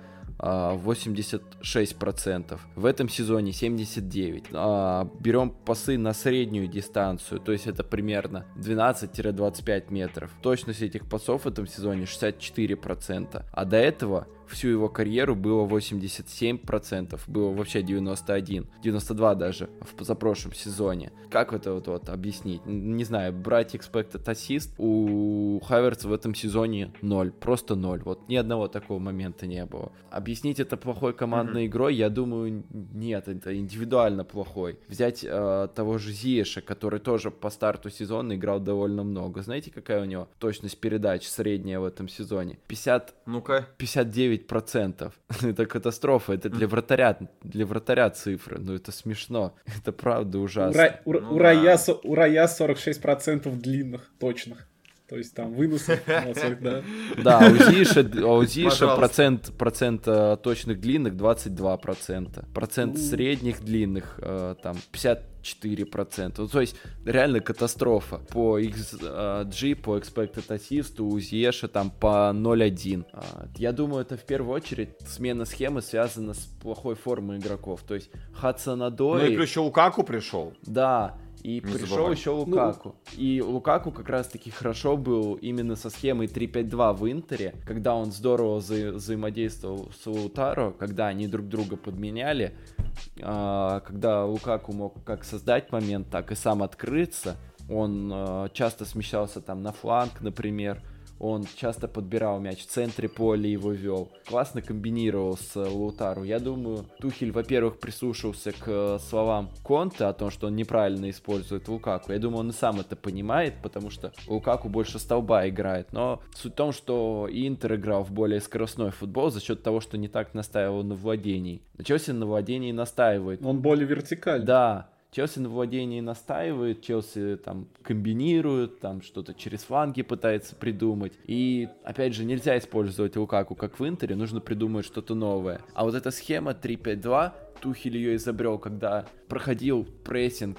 86%. В этом сезоне 79%. Берем пасы на среднюю дистанцию, то есть это примерно 12-25 метров. Точность этих пасов в этом сезоне 64%. А до этого всю его карьеру было 87%, было вообще 91, 92 даже в позапрошлом сезоне. Как это вот объяснить? Не знаю, брать expected assist у Хавертса в этом сезоне 0, просто 0. Вот ни одного такого момента не было. Объяснить это плохой командной игрой, я думаю, нет, это индивидуально плохой. Взять того же Зиеша, который тоже по старту сезона играл довольно много. Знаете, какая у него точность передач средняя в этом сезоне? 59%. Это катастрофа, это для вратаря цифры, ну это смешно, это правда ужасно. У Раяса 46% длинных, точных. То есть там выносы, да. Да, у Зиша процент точных длинных 22%. Процент средних длинных там 54%. Ну, то есть реально катастрофа. По XG, по expected assist у Зиеша там по 0.1. Я думаю, это в первую очередь смена схемы связана с плохой формой игроков. То есть Хадсон-Одой... Ну и плюс еще Лукаку пришел. Да. И пришел еще Лукаку. И Лукаку как раз-таки хорошо был именно со схемой 3-5-2 в Интере, когда он здорово взаимодействовал с Лаутаро, когда они друг друга подменяли, когда Лукаку мог как создать момент, так и сам открыться. Он часто смещался там на фланг, например. Он часто подбирал мяч в центре поля, его вел. Классно комбинировал с Лаутаро. Я думаю, Тухель, во-первых, прислушался к словам Конте о том, что он неправильно использует Лукаку. Я думаю, он и сам это понимает, потому что Лукаку больше столба играет. Но суть в том, что Интер играл в более скоростной футбол за счет того, что не так настаивал на владении. Челси на владении настаивает. Он более вертикальный. Да. Челси на владении настаивает, Челси там комбинирует, там что-то через фланги пытается придумать. И, опять же, нельзя использовать Лукаку как в Интере, нужно придумать что-то новое. А вот эта схема 3-5-2, Тухель ее изобрел, когда проходил прессинг,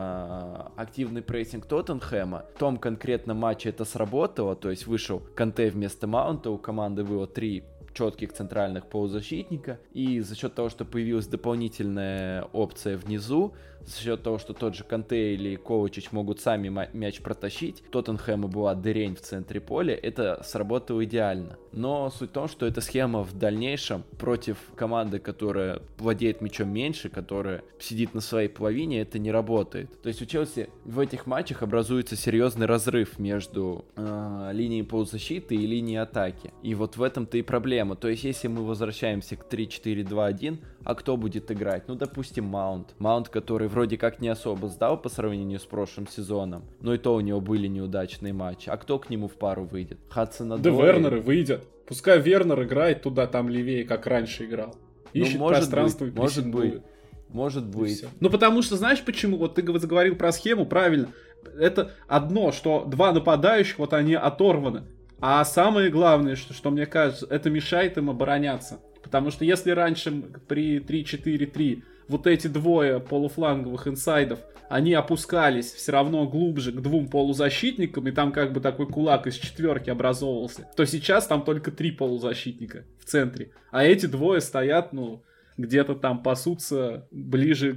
активный прессинг Тоттенхэма. В том конкретном матче это сработало, то есть вышел Канте вместо Маунта, у команды было 3 четких центральных полузащитника, и за счет того, что появилась дополнительная опция внизу, за счет того, что тот же Канте или Ковачич могут сами мяч протащить, Тоттенхэма была дырень в центре поля, это сработало идеально. Но суть в том, что эта схема в дальнейшем против команды, которая владеет мячом меньше, которая сидит на своей половине, это не работает. То есть у Челси в этих матчах образуется серьезный разрыв между линией полузащиты и линией атаки. И вот в этом-то и проблема. То есть если мы возвращаемся к 3-4-2-1, а кто будет играть? Ну, допустим, Маунт. Маунт, который вроде как не особо сдал по сравнению с прошлым сезоном, но и то у него были неудачные матчи. А кто к нему в пару выйдет? Хадсон-Одой? Да Вернер и выйдет. Пускай Вернер играет туда, там левее, как раньше играл. Ищет пространство и прессингует. Может быть. Ну, потому что, знаешь почему? Вот ты заговорил про схему, правильно. Это одно, что два нападающих, вот они оторваны. А самое главное, что мне кажется, это мешает им обороняться. Потому что если раньше при 3-4-3 вот эти двое полуфланговых инсайдов, они опускались все равно глубже к двум полузащитникам, и там как бы такой кулак из четверки образовывался, то сейчас там только 3 полузащитника в центре. А эти двое стоят, где-то там пасутся ближе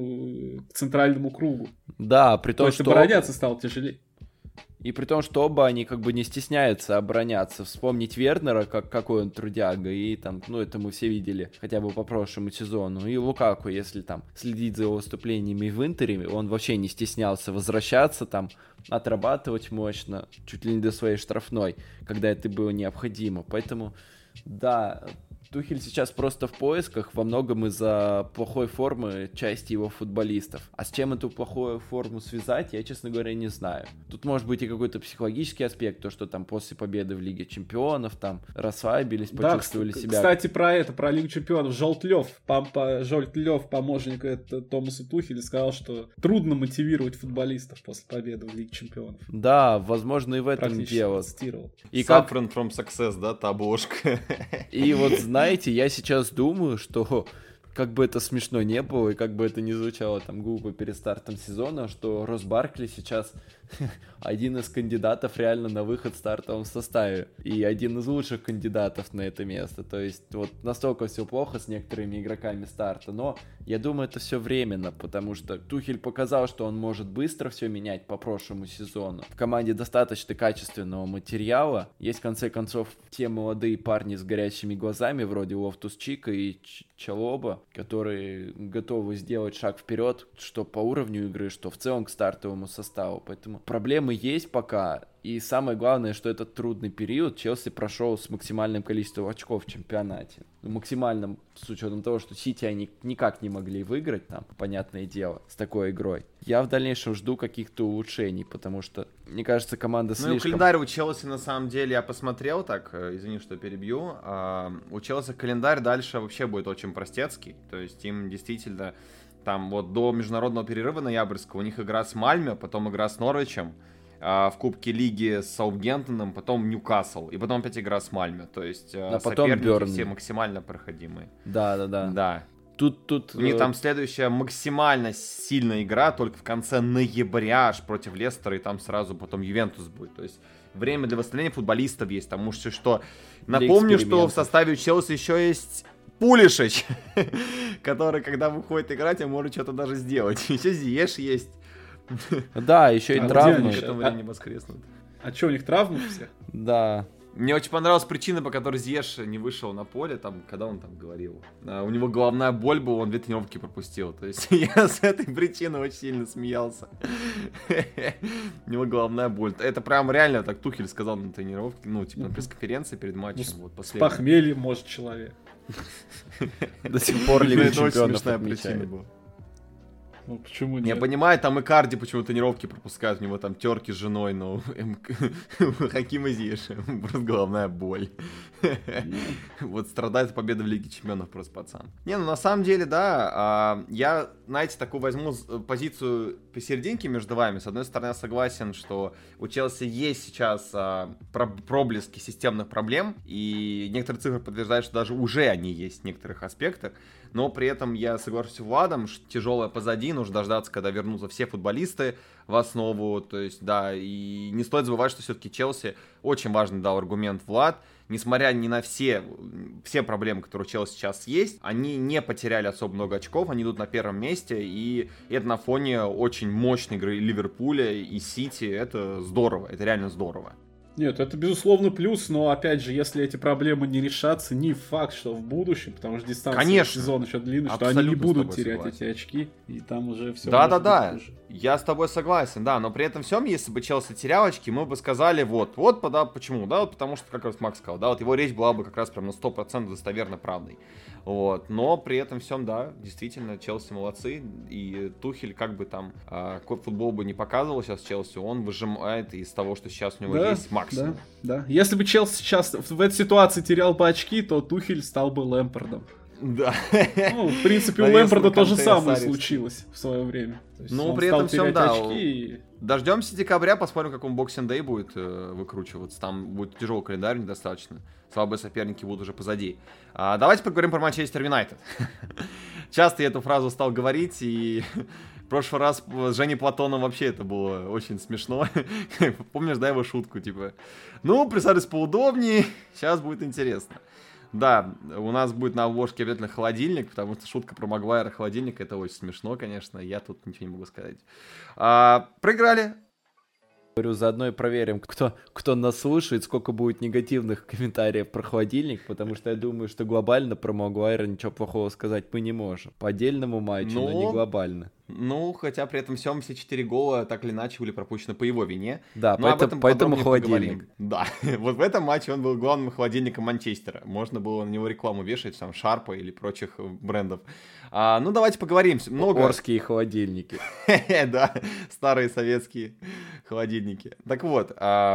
к центральному кругу. Да, при том, что обороняться стало тяжелее. И при том, что оба они как бы не стесняются обороняться. Вспомнить Вернера, какой он трудяга, и там, это мы все видели хотя бы по прошлому сезону. И Лукаку, если там следить за его выступлениями в Интере, он вообще не стеснялся возвращаться там, отрабатывать мощно, чуть ли не до своей штрафной, когда это было необходимо. Поэтому, да, Тухель сейчас просто в поисках, во многом из-за плохой формы части его футболистов. А с чем эту плохую форму связать, я, честно говоря, не знаю. Тут может быть и какой-то психологический аспект, то, что там после победы в Лиге Чемпионов там расслабились, почувствовали себя. Кстати, про Лигу Чемпионов. Жолтлев, помощник Томаса Тухеля, сказал, что трудно мотивировать футболистов после победы в Лиге Чемпионов. Да, возможно, и в этом дело. И Suffering from Success, да, та обложка. И вот знаете, я сейчас думаю, что как бы это смешно не было, и как бы это не звучало там глупо перед стартом сезона, что Росс Баркли сейчас один из кандидатов реально на выход в стартовом составе. И один из лучших кандидатов на это место. То есть вот настолько все плохо с некоторыми игроками старта. Но я думаю, это все временно, потому что Тухель показал, что он может быстро все менять по прошлому сезону. В команде достаточно качественного материала. Есть, в конце концов, те молодые парни с горящими глазами, вроде Лофтус-Чика и Чалоба, которые готовы сделать шаг вперед, что по уровню игры, что в целом к стартовому составу. Поэтому проблемы есть пока. И самое главное, что этот трудный период Челси прошел с максимальным количеством очков в чемпионате. Максимальным, с учетом того, что Сити они никак не могли выиграть там, понятное дело, с такой игрой. Я в дальнейшем жду каких-то улучшений, потому что, мне кажется, команда слишком... Ну и календарь у Челси, на самом деле, я посмотрел так, извини, что перебью. У Челси календарь дальше вообще будет очень простецкий. То есть им действительно там вот до международного перерыва ноябрьского у них игра с Мальме, потом игра с Норвичем, в Кубке Лиги с Саутгемптоном, потом Ньюкасл, и потом опять игра с Мальме. То есть соперники Бёрнли. Все максимально проходимые. Да. Тут у них там следующая максимально сильная игра только в конце ноября аж против Лестера, и там сразу потом Ювентус будет. То есть время для восстановления футболистов есть. Потому что напомню, что в составе Челси еще есть Пулишич, который, когда выходит играть, он может что-то даже сделать. Еще Зиеш есть. Да, еще и травмы. А что, у них травмы все? Да. Мне очень понравилась причина, по которой Зиеш не вышел на поле, там, когда он там говорил. У него головная боль была, он 2 тренировки пропустил. То есть я с этой причины очень сильно смеялся. У него головная боль. Это прям реально так Тухель сказал на тренировке, ну, типа на пресс-конференции перед матчем. С похмельем может человек. До сих пор Лига Чемпионов смешная причина была. Ну, почему нет? Я понимаю, там и Карди почему тренировки пропускают, у него там терки с женой, но Хакима Зиеш, просто головная боль. Вот страдает от победы в Лиге Чемпионов просто пацан. Не, ну на самом деле, да, я, знаете, такую возьму позицию посерединке между вами. С одной стороны, я согласен, что у Челси есть сейчас проблески системных проблем, и некоторые цифры подтверждают, что даже уже они есть в некоторых аспектах. Но при этом я соглашусь с Владом, что тяжелое позади, нужно дождаться, когда вернутся все футболисты в основу. То есть, да, и не стоит забывать, что все-таки Челси очень важный дал аргумент Влад. Несмотря ни на все проблемы, которые у Челси сейчас есть, они не потеряли особо много очков, они идут на первом месте, и это на фоне очень мощной игры Ливерпуля и Сити. Это здорово, это реально здорово. Нет, это безусловно плюс, но опять же, если эти проблемы не решатся, не факт, что в будущем, потому что дистанция сезона еще длинная, что они не будут терять эти очки, и там уже все. Да, я с тобой согласен, да, но при этом всем, если бы Челси терял очки, мы бы сказали да, почему, да, вот потому что, как раз Макс сказал, да, вот его речь была бы как раз прям на 100% достоверно правдой. Вот, но при этом всем, да, действительно, Челси молодцы, и Тухель, как бы там какой футбол бы не показывал сейчас Челси, он выжимает из того, что сейчас у него есть максимум. Да. Если бы Челси сейчас в этой ситуации терял бы очки, то Тухель стал бы Лэмпардом. Да. Ну, в принципе, у Лэмпарда то же самое случилось в свое время. Ну, при этом всем, да. Дождемся декабря, посмотрим, как он Boxing Day будет выкручиваться. Там будет тяжелый календарь недостаточно. Слабые соперники будут уже позади. Давайте поговорим про Манчестер Юнайтед. Часто я эту фразу стал говорить, и в прошлый раз с Женей Платоном вообще это было очень смешно. Помнишь, да, его шутку, типа, ну, присаживайся поудобнее, сейчас будет интересно. Да, у нас будет на обложке обязательно холодильник, потому что шутка про Магуайра холодильник, это очень смешно, конечно, я тут ничего не могу сказать. Проиграли. Говорю, заодно и проверим, кто нас слушает, сколько будет негативных комментариев про холодильник, потому что я думаю, что глобально про Магуайра ничего плохого сказать мы не можем. По отдельному матчу, но не глобально. Ну, хотя при этом всем все 4 гола так или иначе были пропущены по его вине. Да, поэтому холодильник. Да, вот в этом матче он был главным холодильником Манчестера. Можно было на него рекламу вешать, там, Шарпа или прочих брендов. Ну, давайте поговорим. Орские холодильники. Да, старые советские холодильники. Так вот,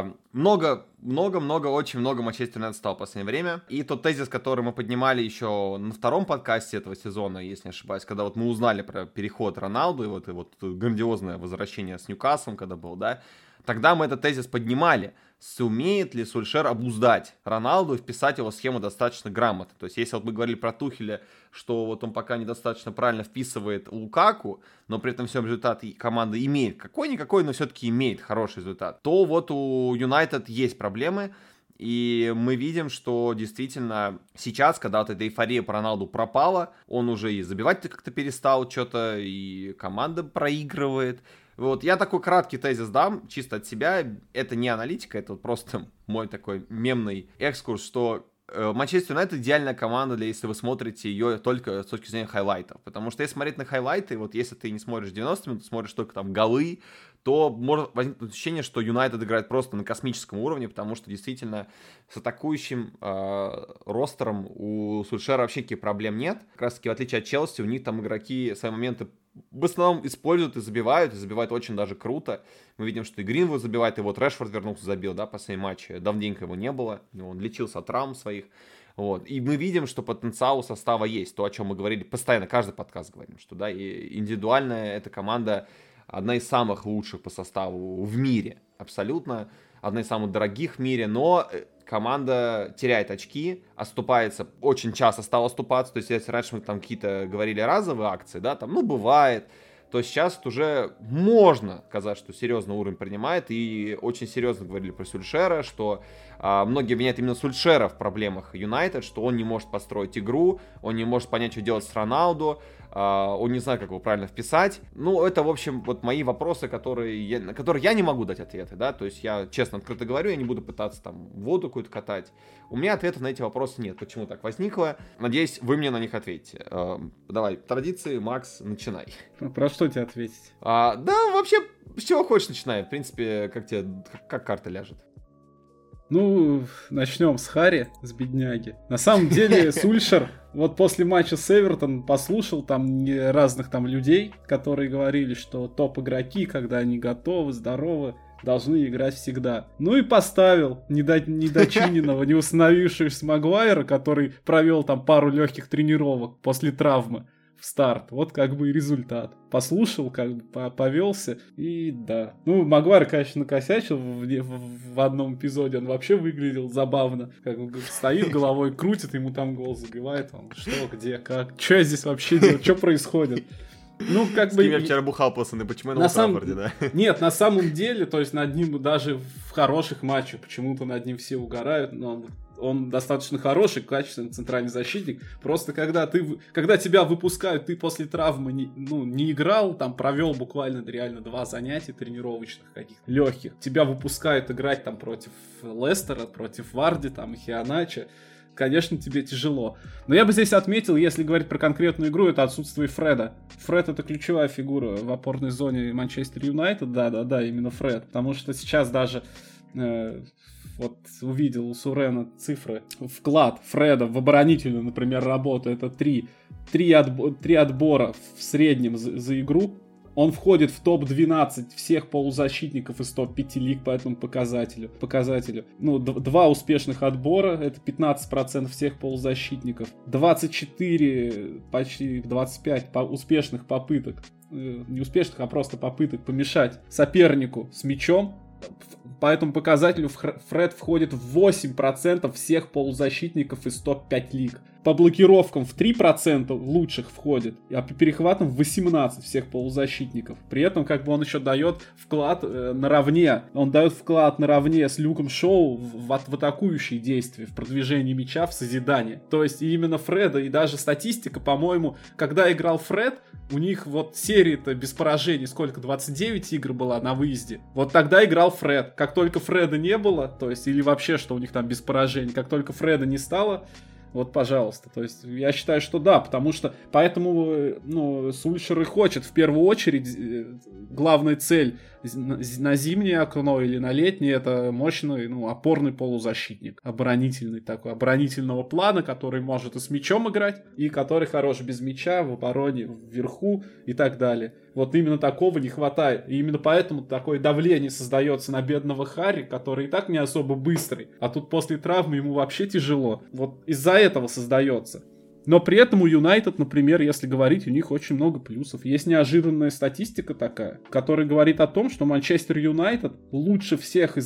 очень много Манчестер Юнайтед стал в последнее время. И тот тезис, который мы поднимали еще на втором подкасте этого сезона, если не ошибаюсь, когда вот мы узнали про переход Роналду и вот грандиозное возвращение с Ньюкаслом, когда был, да, Тогда мы этот тезис поднимали. Сумеет ли Сульшер обуздать Роналду и вписать его в схему достаточно грамотно? То есть, если вот мы говорили про Тухеля, что вот он пока недостаточно правильно вписывает Лукаку, но при этом всем результат команда имеет какой-никакой, но все-таки имеет хороший результат, то вот у Юнайтед есть проблемы. И мы видим, что действительно сейчас, когда вот эта эйфория по Роналду пропала, он уже и забивать-то как-то перестал что-то, и команда проигрывает. Вот я такой краткий тезис дам, чисто от себя. Это не аналитика, это вот просто мой такой мемный экскурс, что Манчестер Юнайтед идеальная команда, если вы смотрите ее только с точки зрения хайлайтов. Потому что если смотреть на хайлайты, вот если ты не смотришь 90 минут, смотришь только там голы, то может возникнуть ощущение, что Юнайтед играет просто на космическом уровне, потому что действительно с атакующим ростером у Сульшера вообще никаких проблем нет. Как раз таки, в отличие от Челси, у них там игроки свои моменты в основном используют и забивают очень даже круто. Мы видим, что и Гринвуд забивает, и вот Решфорд вернулся, забил, да, последний матч. Давненько его не было, он лечился от травм своих. Вот. И мы видим, что потенциал у состава есть. То, о чем мы говорили, постоянно, каждый подкаст говорим, что да, и индивидуальная эта команда одна из самых лучших по составу в мире, абсолютно, одна из самых дорогих в мире, но команда теряет очки, оступается, очень часто стала оступаться, то есть если раньше мы там какие-то говорили разовые акции, да, там, бывает, то сейчас уже можно сказать, что серьезный уровень принимает, и очень серьезно говорили про Сульшера, что многие обвиняют именно Сульшера в проблемах Юнайтед, что он не может построить игру, он не может понять, что делать с Роналду, он не знает, как его правильно вписать. Это, в общем, вот мои вопросы, на которые я не могу дать ответы, да, то есть я честно, открыто говорю, я не буду пытаться там воду какую-то катать. У меня ответов на эти вопросы нет, почему так возникло. Надеюсь, вы мне на них ответите. Давай, традиции, Макс, начинай. Про что тебе ответить? Да, вообще, с чего хочешь, начинай. В принципе, как карта ляжет. Начнем с Харри, с бедняги. На самом деле, Сульшер, вот после матча с Эвертон послушал там разных там людей, которые говорили, что топ-игроки, когда они готовы, здоровы, должны играть всегда. И поставил недочиненного, не установившегося Магуайра, который провел там пару легких тренировок после травмы в старт. Вот как бы и результат. Послушал, как бы повелся, и да. Магуайр, конечно, накосячил в одном эпизоде, он вообще выглядел забавно. Как бы стоит, головой крутит, ему там гол забивает, он что, где, как, что я здесь вообще делаю, что происходит? С кем я вчера бухал, пацаны, почему я на Уолтафорде, да? Нет, на самом деле, то есть над ним даже в хороших матчах почему-то над ним все угорают, но он достаточно хороший, качественный центральный защитник. Просто когда тебя выпускают, ты после травмы не играл, там провел буквально реально 2 занятия тренировочных каких-то легких. Тебя выпускают играть там против Лестера, против Варди, там, и Хианача. Конечно, тебе тяжело. Но я бы здесь отметил, если говорить про конкретную игру, это отсутствие Фреда. Фред — это ключевая фигура в опорной зоне Манчестер Юнайтед. Да, именно Фред. Потому что сейчас даже увидел у Сурена цифры. Вклад Фреда в оборонительную, например, работу — это 3 отбора в среднем за игру. Он входит в топ-12 всех полузащитников из топ-5 лиг по этому показателю. 2 успешных отбора, это 15% всех полузащитников. 24, почти 25 успешных попыток. Не успешных, а просто попыток помешать сопернику с мячом. По этому показателю Фред входит в 8% всех полузащитников из топ-5 лиг. По блокировкам в 3% лучших входит, а по перехватам в 18% всех полузащитников. При этом как бы он еще дает вклад наравне. Он дает вклад наравне с Люком Шоу в атакующие действия, в продвижении мяча, в созидание. То есть именно Фреда, и даже статистика, по-моему, когда играл Фред, у них вот серия-то без поражений, сколько, 29 игр была на выезде. Вот тогда играл Фред. Как только Фреда не было, то есть, или вообще, что у них там без поражений, как только Фреда не стало, вот, пожалуйста. То есть, я считаю, что да, потому что поэтому, Сульшер и хочет в первую очередь, главная цель на зимнее окно или на летнее — это мощный, опорный полузащитник, оборонительный такой, оборонительного плана, который может и с мячом играть, и который хорош без мяча, в обороне, вверху и так далее. Вот именно такого не хватает. И именно поэтому такое давление создается на бедного Харри, который и так не особо быстрый, а тут после травмы ему вообще тяжело. Вот из-за этого создается. Но при этом у Юнайтед, например, если говорить, у них очень много плюсов. Есть неожиданная статистика такая, которая говорит о том, что Манчестер Юнайтед лучше всех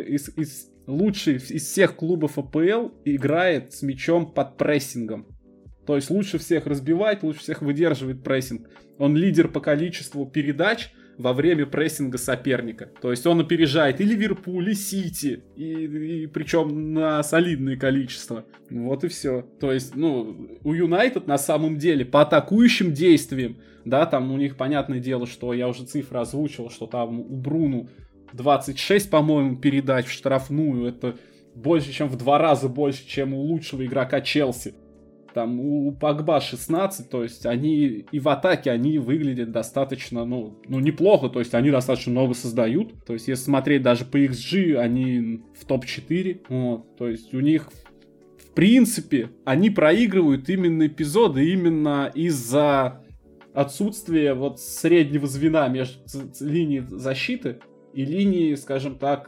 лучший из всех клубов АПЛ играет с мячом под прессингом. То есть лучше всех разбивает, лучше всех выдерживает прессинг. Он лидер по количеству передач во время прессинга соперника. То есть он опережает и Ливерпуль, и Сити, и причем на солидное количество. Вот и все. То есть, у Юнайтед на самом деле по атакующим действиям, да, там у них понятное дело, что я уже цифры озвучил, что там у Бруну 26, по-моему, передач в штрафную. Это больше, чем в 2 раза больше, чем у лучшего игрока Челси. Там у Погба 16, то есть они и в атаке они выглядят достаточно, неплохо, то есть они достаточно много создают. То есть если смотреть даже по XG, они в топ-4. Вот, то есть у них, в принципе, они проигрывают именно эпизоды именно из-за отсутствия вот среднего звена между линией защиты и линией, скажем так,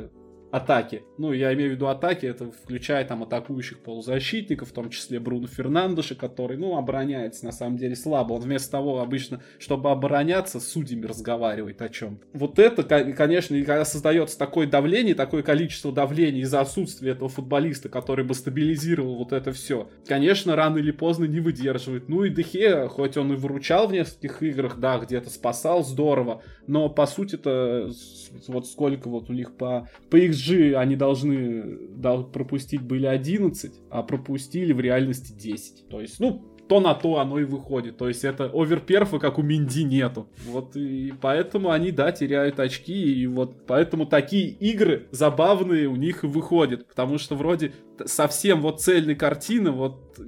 атаки. Я имею в виду атаки, это включая там атакующих полузащитников, в том числе Бруно Фернандеша, который, обороняется на самом деле слабо. Он вместо того обычно, чтобы обороняться, с судьями разговаривает о чем. Вот это, конечно, когда создается такое давление, такое количество давления из-за отсутствия этого футболиста, который бы стабилизировал вот это все, конечно, рано или поздно не выдерживает. И Де Геа, хоть он и выручал в нескольких играх, да, где-то спасал, здорово, но по сути-то вот сколько вот у них по XG они должны пропустить были 11, а пропустили в реальности 10. То есть, то на то оно и выходит. То есть это оверперфа, как у Менди, нету. Вот и поэтому они, теряют очки. И вот поэтому такие игры забавные у них и выходят. Потому что вроде совсем вот цельной картины вот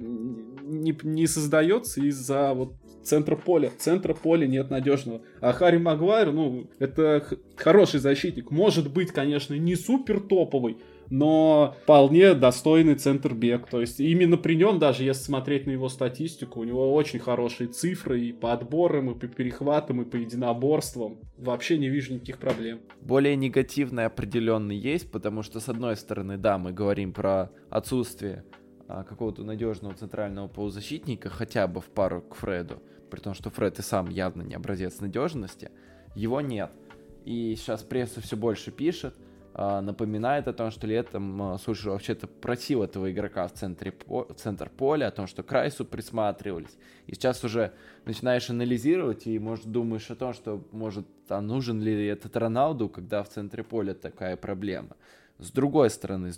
не создается из-за вот центра поля. Центра поля нет надежного. А Харри Магуайр, это хороший защитник. Может быть, конечно, не супер топовый, но вполне достойный центр-бек. То есть именно при нем, даже если смотреть на его статистику, у него очень хорошие цифры и по отборам, и по перехватам, и по единоборствам. Вообще не вижу никаких проблем. Более негативное определенно есть, потому что, с одной стороны, да, мы говорим про отсутствие какого-то надежного центрального полузащитника, хотя бы в пару к Фреду, при том, что Фред и сам явно не образец надежности, его нет. И сейчас пресса все больше пишет, напоминает о том, что летом Сульшер вообще-то просил этого игрока в центр поля, о том, что к Райсу присматривались. И сейчас уже начинаешь анализировать и, может, думаешь о том, что, может, нужен ли этот Роналду, когда в центре поля такая проблема. С другой стороны,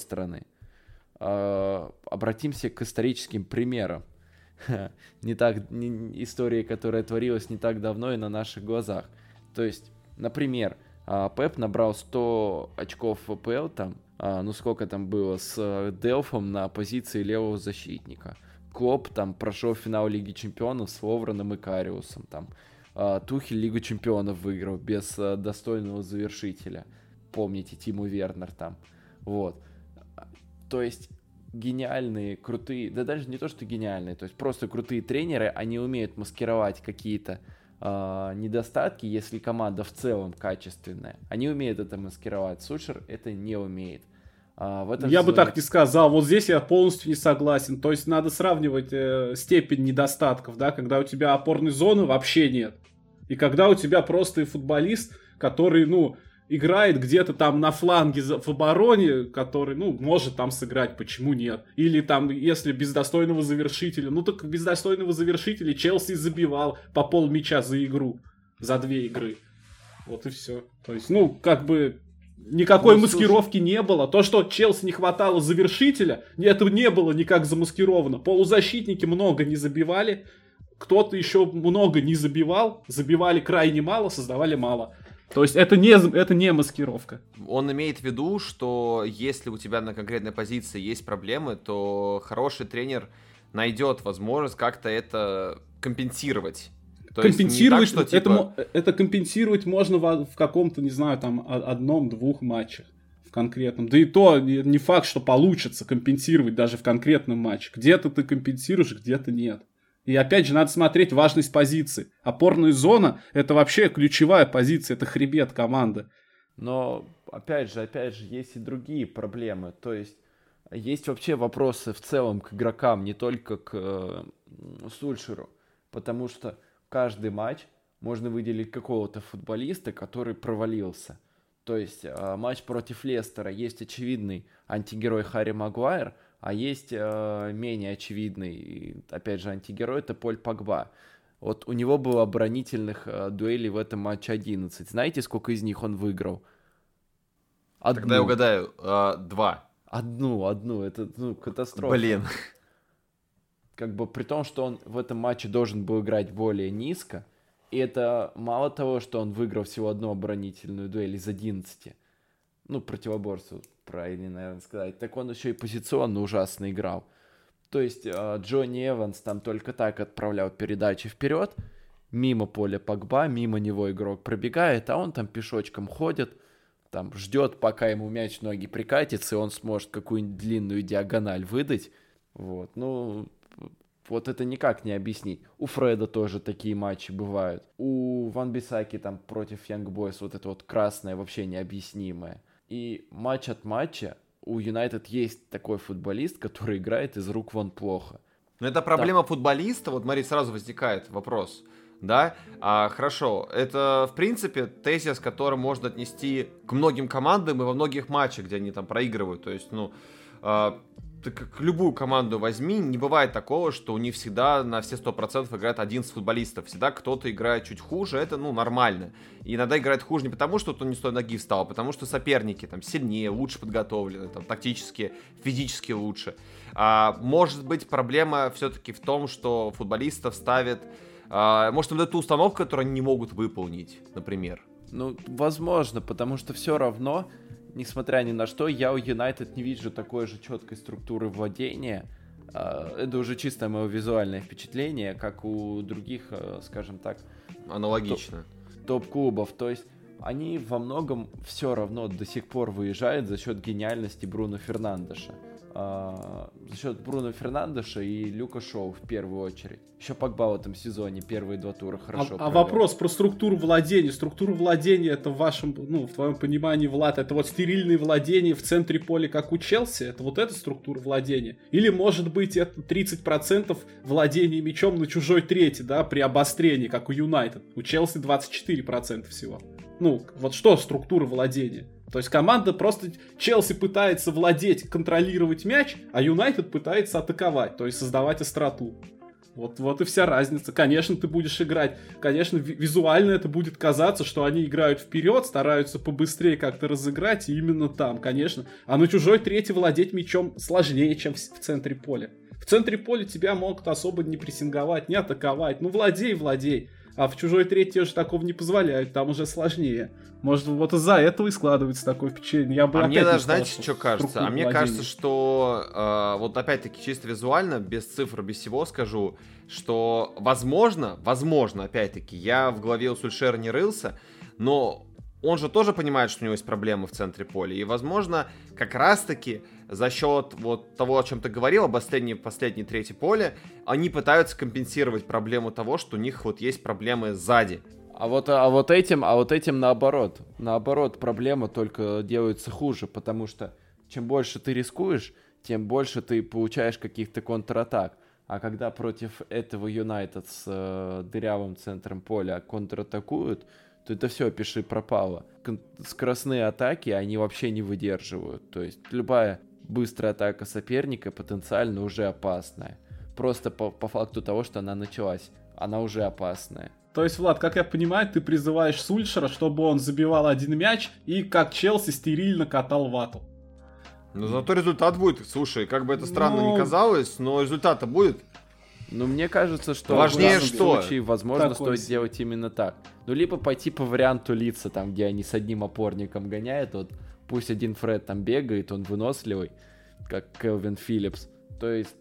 обратимся к историческим примерам. Истории, которая творилась не так давно и на наших глазах. То есть, например, Пеп набрал 100 очков в АПЛ, сколько там было, с Делфом на позиции левого защитника. Клоп там прошел финал Лиги Чемпионов с Ловреном и Кариусом. Тухель Лигу Чемпионов выиграл без достойного завершителя. Помните, Тимо Вернер там. Вот. То есть гениальные, крутые, да даже не то, что гениальные, то есть просто крутые тренеры, они умеют маскировать какие-то недостатки, если команда в целом качественная. Они умеют это маскировать. Сульшер это не умеет. Я бы так не сказал. Вот здесь я полностью не согласен. То есть надо сравнивать степень недостатков, да, когда у тебя опорной зоны вообще нет. И когда у тебя просто футболист, который, играет где-то там на фланге в обороне, который, может там сыграть, почему нет. Или там, если без достойного завершителя. Так без достойного завершителя Челси забивал по полмяча за игру. За 2 игры. Вот и все. То есть, никакой маскировки не было. То, что Челси не хватало завершителя, это не было никак замаскировано. Полузащитники много не забивали. Кто-то еще много не забивал. Забивали крайне мало, создавали мало. То есть это не маскировка. Он имеет в виду, что если у тебя на конкретной позиции есть проблемы, то хороший тренер найдет возможность как-то это компенсировать. То компенсировать, есть не так, что, это компенсировать можно в каком-то, не знаю, там, 1-2 матчах в конкретном. Да и то не факт, что получится компенсировать даже в конкретном матче. Где-то ты компенсируешь, где-то нет. И опять же, надо смотреть важность позиции. Опорная зона — это вообще ключевая позиция, это хребет команды. Но, опять же, есть и другие проблемы. То есть, Есть вообще вопросы в целом к игрокам, не только к Сульшеру, потому что каждый матч можно выделить какого-то футболиста, который провалился. То есть матч против Лестера есть очевидный антигерой Харри Магуайр, а есть менее очевидный, опять же, антигерой, это Поль Погба. Вот у него было оборонительных дуэлей в этом матче 11. Знаете, сколько из них он выиграл? Одну. Тогда я угадаю, 2. Одну, это катастрофа. Блин. Как бы при том, что он в этом матче должен был играть более низко, и это мало того, что он выиграл всего одну оборонительную дуэль из 11, противоборство, правильно, наверное, сказать, так он еще и позиционно ужасно играл. То есть Джонни Эванс там только так отправлял передачи вперед, мимо поля Погба, мимо него игрок пробегает, а он там пешочком ходит, там ждет, пока ему мяч в ноги прикатится, и он сможет какую-нибудь длинную диагональ выдать. Вот, вот это никак не объяснить. У Фреда тоже такие матчи бывают. У Ван Бисаки там против Young Boys вот это вот красное вообще необъяснимое. И матч от матча у Юнайтед есть такой футболист, который играет из рук вон плохо. Но это проблема футболиста, вот смотри, сразу возникает вопрос. Да, хорошо, это, в принципе, тезис, который можно отнести к многим командам и во многих матчах, где они там проигрывают. То есть, ты как любую команду возьми, не бывает такого, что у них всегда на все 100% играет один из футболистов. Всегда кто-то играет чуть хуже, это, нормально. И иногда играет хуже не потому, что он не с той ноги встал, а потому что соперники там сильнее, лучше подготовлены, там, тактически, физически лучше. Может быть, проблема все-таки в том, что футболистов ставят... Может, им дают ту установку, которую они не могут выполнить, например. Возможно, потому что все равно, несмотря ни на что, я у Юнайтед не вижу такой же четкой структуры владения. Это уже чисто мое визуальное впечатление, как у других, скажем так... Аналогично. Топ-клубов. То есть они во многом все равно до сих пор выезжают за счет гениальности Бруно Фернандеша. За счет Бруно Фернандеша и Люка Шоу в первую очередь. Еще Погба в этом сезоне первые 2 тура хорошо провел. Вопрос про структуру владения. Структура владения это в вашем, в твоем понимании, Влад, это вот стерильные владения в центре поля, как у Челси? Это вот эта структура владения? Или может быть это 30% владения мячом на чужой трети, да, при обострении, как у Юнайтед? У Челси 24% всего. Вот что структура владения? То есть команда просто... Челси пытается владеть, контролировать мяч, а Юнайтед пытается атаковать, то есть создавать остроту. Вот и вся разница. Конечно, ты будешь играть... Конечно, визуально это будет казаться, что они играют вперед, стараются побыстрее как-то разыграть, и именно там, конечно. А на чужой трети владеть мячом сложнее, чем в центре поля. В центре поля тебя могут особо не прессинговать, не атаковать. Владей. А в чужой трети уже такого не позволяют, там уже сложнее. Может, вот из-за этого и складывается такое впечатление. Мне даже, знаете, что кажется? Мне кажется, что, вот опять-таки, чисто визуально, без цифр, без всего скажу, что, возможно, опять-таки, я в голове у Сульшера не рылся, но он же тоже понимает, что у него есть проблемы в центре поля. И, возможно, как раз-таки за счет вот того, о чем ты говорил, последней трети поля, они пытаются компенсировать проблему того, что у них вот есть проблемы сзади. А вот этим наоборот. Наоборот, проблема только делается хуже, потому что чем больше ты рискуешь, тем больше ты получаешь каких-то контратак. А когда против этого Юнайтед с дырявым центром поля контратакуют, то это все, пиши пропало. Скоростные атаки они вообще не выдерживают. То есть любая быстрая атака соперника потенциально уже опасная. Просто по факту того, что она началась, она уже опасная. То есть, Влад, как я понимаю, ты призываешь Сульшера, чтобы он забивал один мяч и как Челси стерильно катал вату. Зато результат будет. Слушай, как бы это странно ни казалось, но результат-то будет. Мне кажется, что важнее в что? случае, возможно, стоит делать именно так. Либо пойти по варианту Лидса, там, где они с одним опорником гоняют, вот пусть один Фред там бегает, он выносливый, как Келвин Филлипс. То есть,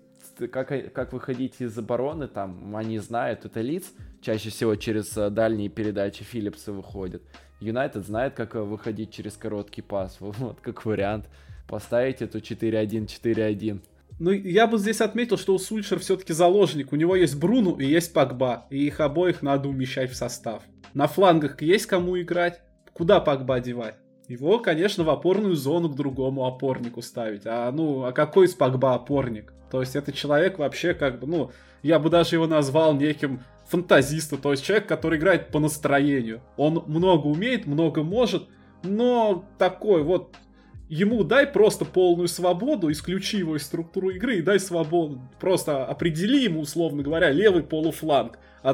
как выходить из обороны, там, они знают, это Лидс, чаще всего через дальние передачи Филлипса выходит. Юнайтед знает, как выходить через короткий пас, вот как вариант. Поставить эту 4-1-4-1. Я бы здесь отметил, что у Сульшера все-таки заложник. У него есть Бруно и есть Погба. И их обоих надо умещать в состав. На флангах есть кому играть. Куда Погба девать? Его, конечно, в опорную зону к другому опорнику ставить. А какой из Погба опорник? То есть это человек вообще как бы, я бы даже его назвал неким фантазистом. То есть человек, который играет по настроению. Он много умеет, много может, но такой вот... Ему дай просто полную свободу, исключи его из структуры игры и дай свободу. Просто определи ему, условно говоря, левый полуфланг.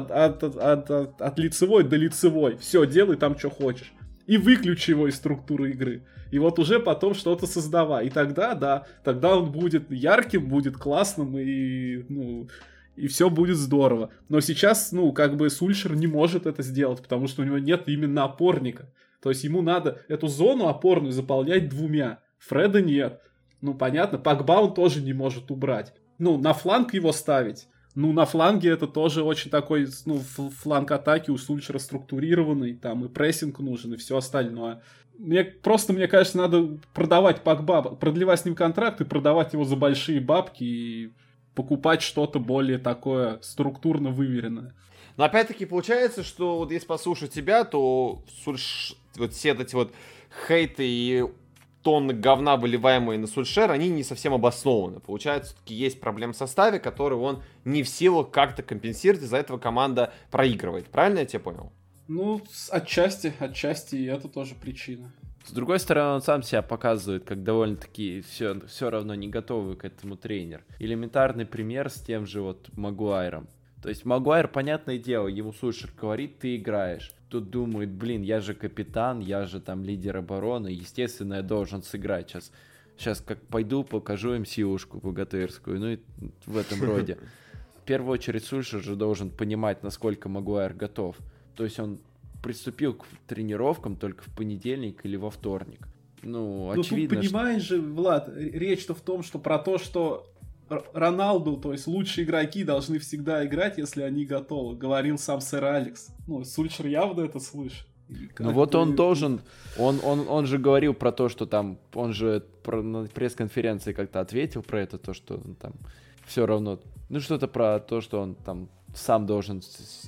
От лицевой до лицевой. Все, делай там, что хочешь. И выключи его из структуры игры. И вот уже потом что-то создавай. И тогда он будет ярким, будет классным и все будет здорово. Но сейчас, Сульшер не может это сделать, потому что у него нет именно опорника. То есть ему надо эту зону опорную заполнять двумя. Фреда нет. Понятно, Погба он тоже не может убрать. На фланг его ставить. На фланге это тоже очень такой, фланг атаки у Сульшера структурированный, там и прессинг нужен, и все остальное. Мне кажется, надо продавать Погба, продлевать с ним контракт и продавать его за большие бабки и покупать что-то более такое структурно выверенное. Но опять-таки получается, что вот если послушать тебя, то вот все эти вот хейты и тонны говна, выливаемые на Сульшера, они не совсем обоснованы. Получается, все-таки есть проблема в составе, который он не в силах как-то компенсировать, из-за этого команда проигрывает. Правильно я тебя понял? Отчасти, и это тоже причина. С другой стороны, он сам себя показывает, как довольно-таки все равно не готовый к этому тренер. Элементарный пример с тем же вот Магуайром. То есть Магуайр, понятное дело, ему Сульшер говорит, ты играешь. Тут думает, я же капитан, я же там лидер обороны, естественно, я должен сыграть. Сейчас как пойду, покажу им силушку богатырскую, и в этом роде. В первую очередь Сульшер же должен понимать, насколько Магуайр готов. То есть он приступил к тренировкам только в понедельник или во вторник. Очевидно, тут понимаешь же, Влад, речь-то в том, что про то, что Роналду, то есть лучшие игроки должны всегда играть, если они готовы, говорил сам сэр Алекс. Сульшер явно это слышит. Он должен, он же говорил про то, что там, он же на пресс-конференции как-то ответил про это, то, что он там все равно, что-то про то, что он там сам должен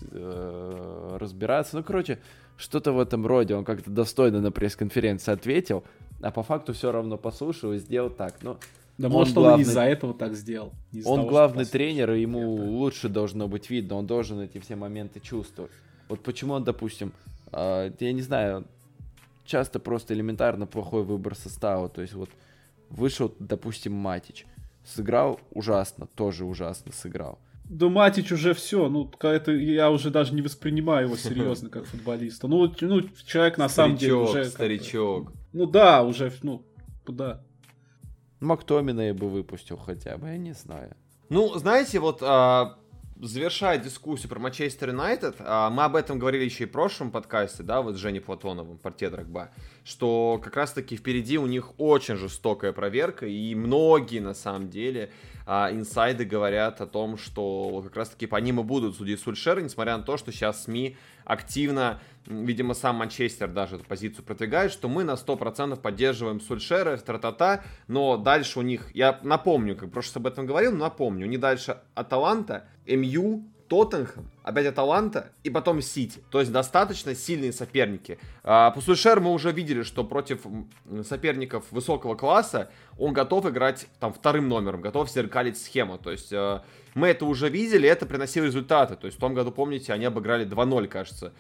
разбираться, что-то в этом роде, он как-то достойно на пресс-конференции ответил, а по факту все равно послушал и сделал так, Да, может, он из-за этого так сделал. Он главный тренер, и ему лучше должно быть видно, он должен эти все моменты чувствовать. Вот почему он, допустим, я не знаю, часто просто элементарно плохой выбор состава. То есть вот вышел, допустим, Матич, сыграл ужасно, тоже ужасно сыграл. Да Матич уже все, это я уже даже не воспринимаю его серьезно как футболиста. Человек на самом деле уже... Старичок. Да, уже, да. Мактоминая бы выпустил хотя бы, я не знаю. Знаете, вот завершая дискуссию про Манчестер Юнайтед, мы об этом говорили еще и в прошлом подкасте, да, вот с Женей Платоновым, порте Дрогба, что как раз-таки впереди у них очень жестокая проверка, и многие, на самом деле, инсайды говорят о том, что как раз-таки по ним и будут судить Сульшера, несмотря на то, что сейчас СМИ активно, видимо, сам Манчестер даже эту позицию продвигает, что мы на 100% поддерживаем Сульшера, тра-та-та, но дальше у них, я напомню, как в прошлый раз об этом говорил, но напомню, у них дальше Аталанта, МЮ, Тоттенхэм, опять Аталанта и потом Сити. То есть достаточно сильные соперники. По Сульшеру мы уже видели, что против соперников высокого класса он готов играть там вторым номером, готов зеркалить схему. То есть мы это уже видели, это приносило результаты. То есть в том году, помните, они обыграли 2-0, кажется.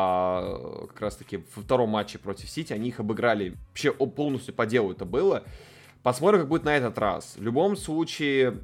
Как раз таки во втором матче против Сити они их обыграли. Вообще полностью по делу это было. Посмотрим, как будет на этот раз. В любом случае...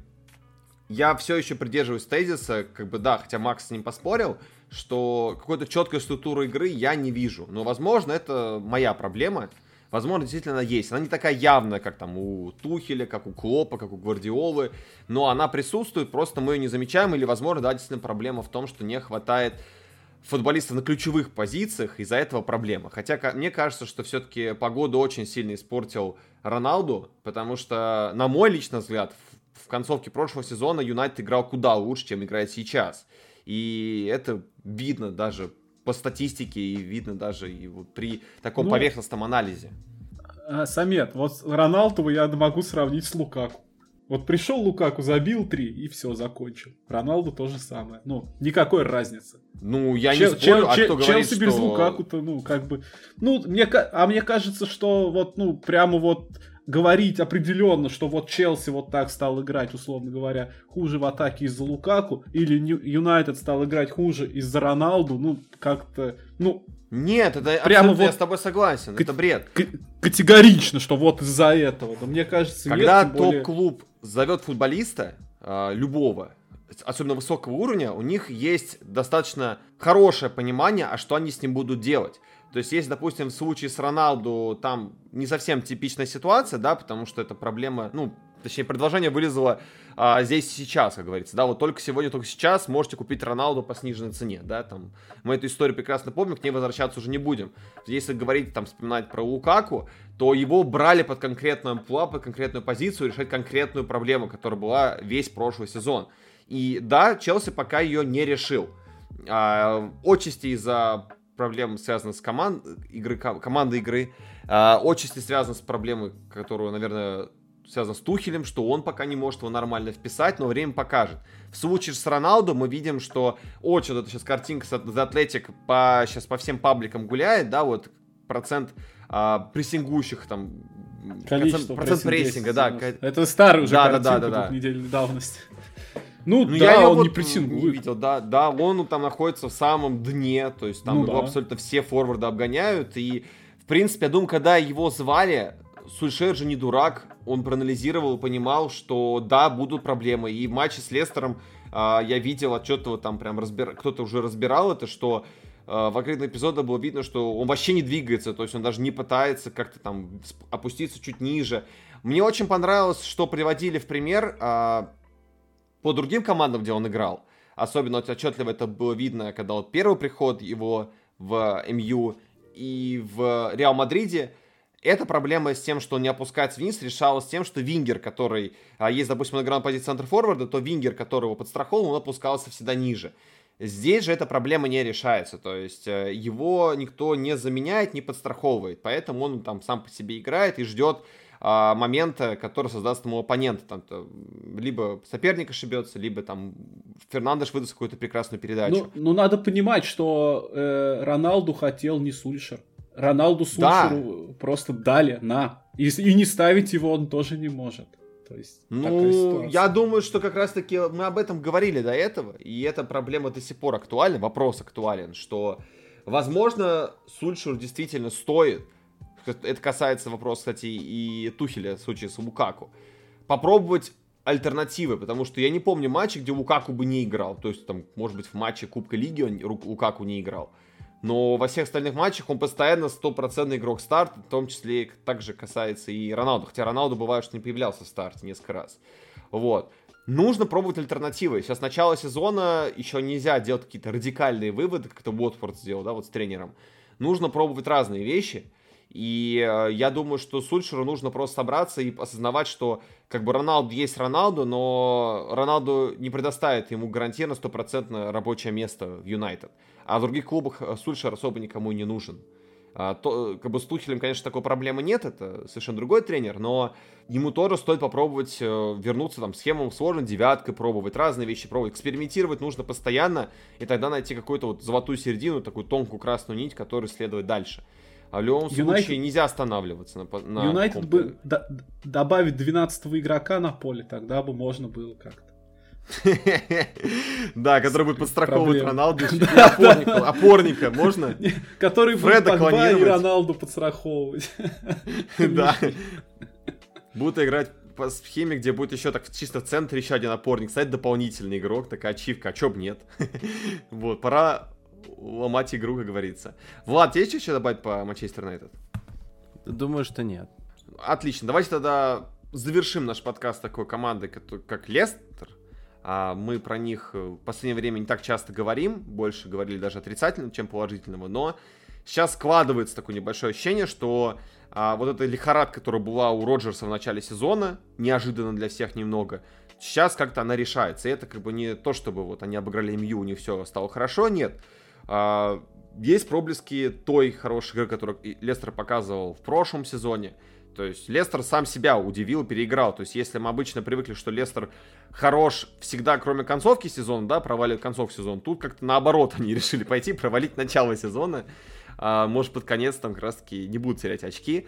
Я все еще придерживаюсь тезиса, хотя Макс с ним поспорил, что какой-то четкой структуры игры я не вижу. Но, возможно, это моя проблема. Возможно, действительно она есть. Она не такая явная, как там у Тухеля, как у Клопа, как у Гвардиолы. Но она присутствует, просто мы ее не замечаем. Или, возможно, да, действительно проблема в том, что не хватает футболистов на ключевых позициях. Из-за этого проблема. Хотя мне кажется, что все-таки погоду очень сильно испортил Роналду. Потому что, на мой личный взгляд, в концовке прошлого сезона Юнайтед играл куда лучше, чем играет сейчас. И это видно даже по статистике, и видно даже и вот при таком поверхностном анализе. Самет, вот Роналду я могу сравнить с Лукаку. Вот пришел Лукаку, забил 3 и все, закончил. Роналду то же самое. Ну, никакой разницы. Ну, я не спорю, а кто говорит, Челси без что... Лукаку-то, ну, как бы... Ну, мне кажется, что вот, ну, прямо вот говорить определенно, что вот Челси вот так стал играть, условно говоря, хуже в атаке из-за Лукаку, или Юнайтед стал играть хуже из-за Роналду, ну, как-то, ну... Нет, это прямо абсолютно вот я с тобой согласен, это бред. Категорично, что вот из-за этого. Но мне кажется, когда нет, тем более... топ-клуб зовет футболиста, любого, особенно высокого уровня, у них есть достаточно хорошее понимание, а что они с ним будут делать. То есть, если, допустим, в случае с Роналду там не совсем типичная ситуация, да, потому что это проблема, ну, точнее, предложение вылезло здесь и сейчас, как говорится, да, вот только сегодня, только сейчас можете купить Роналду по сниженной цене, да, там, мы эту историю прекрасно помним, к ней возвращаться уже не будем. Если говорить, там, вспоминать про Лукаку, то его брали под конкретную амплуа, под конкретную позицию, решать конкретную проблему, которая была весь прошлый сезон. И да, Челси пока ее не решил. Отчасти из-за проблем, связанных с командой игры, отчасти связано с проблемой, которую, наверное, связано с Тухелем, что он пока не может его нормально вписать, но время покажет. В случае с Роналду мы видим, что очень вот эта сейчас картинка за Атлетик сейчас по всем пабликам гуляет, да, вот процент прессингующих там, процент прессинга, да. Это старый уже картинка, двухнедельной давности. Ну да, я он вот не прессингует. Не видел, да, он там находится в самом дне, то есть там его абсолютно все форварды обгоняют, и в принципе, я думаю, когда его звали, Сульшер же не дурак, он проанализировал и понимал, что да, будут проблемы, и в матче с Лестером я видел отчетливо, там прям кто-то уже разбирал это, что в окрестных эпизодах было видно, что он вообще не двигается, то есть он даже не пытается как-то там опуститься чуть ниже. Мне очень понравилось, что приводили в пример по другим командам, где он играл. Особенно отчетливо это было видно, когда вот первый приход его в МЮ и в Реал Мадриде. Эта проблема с тем, что он не опускается вниз, решалась тем, что вингер, который, если, допустим, он играл на позиции центр-форварда, то вингер, который его подстраховал, он опускался всегда ниже. Здесь же эта проблема не решается, то есть его никто не заменяет, не подстраховывает, поэтому он там сам по себе играет и ждет момента, который создаст ему оппонент. Там, либо соперник ошибется, либо там Фернандеш выдаст какую-то прекрасную передачу. Ну надо понимать, что Роналду хотел не Сульшер. Роналду Сульшеру просто дали и не ставить его он тоже не может. То есть, я думаю, что как раз-таки мы об этом говорили до этого, и эта проблема до сих пор актуальна, вопрос актуален, что, возможно, Сульшеру действительно стоит, это касается вопроса, кстати, и Тухеля в случае с Лукаку, попробовать альтернативы, потому что я не помню матча, где Лукаку бы не играл, то есть, там, может быть, в матче Кубка Лиги Лукаку не играл. Но во всех остальных матчах он постоянно 100% игрок старта, в том числе также касается и Роналду. Хотя Роналду бывает, что не появлялся в старте несколько раз. Вот. Нужно пробовать альтернативы. Сейчас начало сезона, еще нельзя делать какие-то радикальные выводы, как это Уотфорд сделал, да, вот с тренером. Нужно пробовать разные вещи. И я думаю, что Сульшеру нужно просто собраться и осознавать, что как бы Роналду есть Роналду, но Роналду не предоставит ему гарантированно 100% рабочее место в Юнайтед. А в других клубах Сульшер особо никому не нужен. Как бы с Тухелем, конечно, такой проблемы нет, это совершенно другой тренер, но ему тоже стоит попробовать вернуться там, схемам сложной девяткой, пробовать разные вещи, пробовать, экспериментировать нужно постоянно, и тогда найти какую-то вот золотую середину, такую тонкую красную нить, которая следует дальше. А в любом случае нельзя останавливаться на Юнайтед бы добавить 12-го игрока на поле, тогда бы можно было как-то. Да, который будет подстраховывать Роналду и опорника, можно? Который будет Погба и Роналду подстраховывать. Да. Будут играть по схеме, где будет еще так чисто в центре еще один опорник, кстати, дополнительный игрок, такая ачивка, а чё б нет? Вот, пора ломать игру, как говорится. Влад, есть что добавить по Манчестер Юнайтед? Думаю, что нет. Отлично, давайте тогда завершим наш подкаст такой командой, как Лестер. Мы про них в последнее время не так часто говорим, больше говорили даже отрицательного, чем положительного, но сейчас складывается такое небольшое ощущение, что вот эта лихорадка, которая была у Роджерса в начале сезона, неожиданно для всех немного, сейчас как-то она решается. И это как бы не то, чтобы вот они обыграли МЮ, у них все стало хорошо, нет. Есть проблески той хорошей игры, которую Лестер показывал в прошлом сезоне. То есть Лестер сам себя удивил, переиграл. То есть если мы обычно привыкли, что Лестер хорош всегда, кроме концовки сезона, да, проваливает концовку сезона, тут как-то наоборот они решили пойти провалить начало сезона. Может, под конец там как раз-таки не будут терять очки.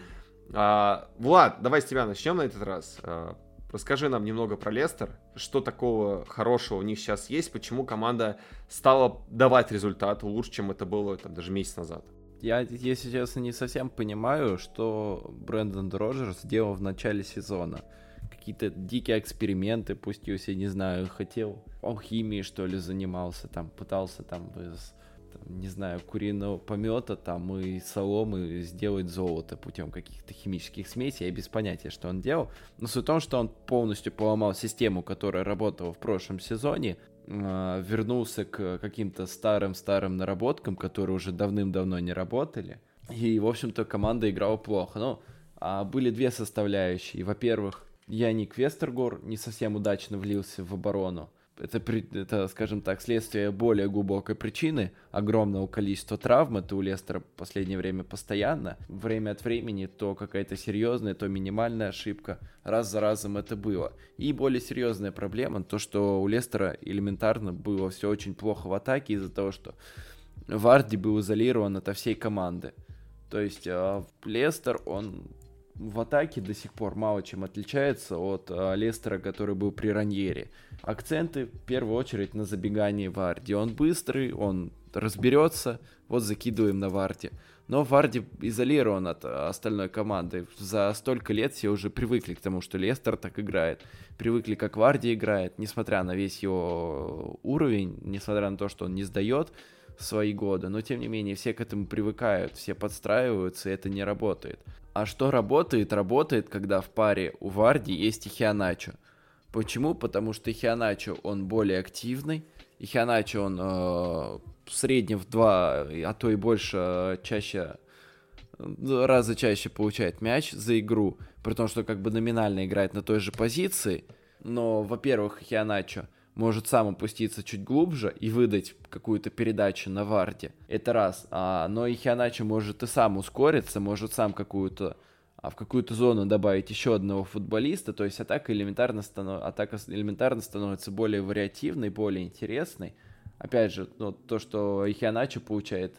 Влад, давай с тебя начнем на этот раз. Расскажи нам немного про Лестер. Что такого хорошего у них сейчас есть? Почему команда стала давать результат лучше, чем это было там, даже месяц назад? Я, если честно, не совсем понимаю, что Брэндон Роджерс делал в начале сезона. Какие-то дикие эксперименты пустился, не знаю, хотел алхимией, что ли, занимался, там, пытался там из, не знаю, куриного помета там и соломы сделать золото путем каких-то химических смесей. Я без понятия, что он делал. Но суть в том, что он полностью поломал систему, которая работала в прошлом сезоне, вернулся к каким-то старым наработкам, которые уже давным-давно не работали. И, в общем-то, команда играла плохо. Но были две составляющие. Во-первых, Яник Вестергор не совсем удачно влился в оборону. Это, скажем так, следствие более глубокой причины огромного количества травм. Это у Лестера в последнее время постоянно. Время от времени то какая-то серьезная, то минимальная ошибка. Раз за разом это было. И более серьезная проблема, то что у Лестера элементарно было все очень плохо в атаке из-за того, что Варди был изолирован от всей команды. То есть Лестер, он в атаке до сих пор мало чем отличается от Лестера, который был при Раньери. Акценты в первую очередь на забегании Варди. Он быстрый, он разберется, вот закидываем на Варди. Но Варди изолирован от остальной команды. За столько лет все уже привыкли к тому, что Лестер так играет. Привыкли, как Варди играет, несмотря на весь его уровень, несмотря на то, что он не сдает свои годы. Но тем не менее все к этому привыкают, все подстраиваются, и это не работает. А что работает? Работает, когда в паре у Варди есть и Хианачо. Почему? Потому что Хианачо, он более активный. И Хианачо, он в среднем в 2, а то и больше, раза чаще получает мяч за игру. При том, что как бы номинально играет на той же позиции. Но, во-первых, Хианачо может сам опуститься чуть глубже и выдать какую-то передачу на Варди. Это раз. Но и Хианачо может и сам ускориться, может сам в какую-то зону добавить еще одного футболиста. То есть атака элементарно становится более вариативной, более интересной. Опять же, то, что Хианачо получает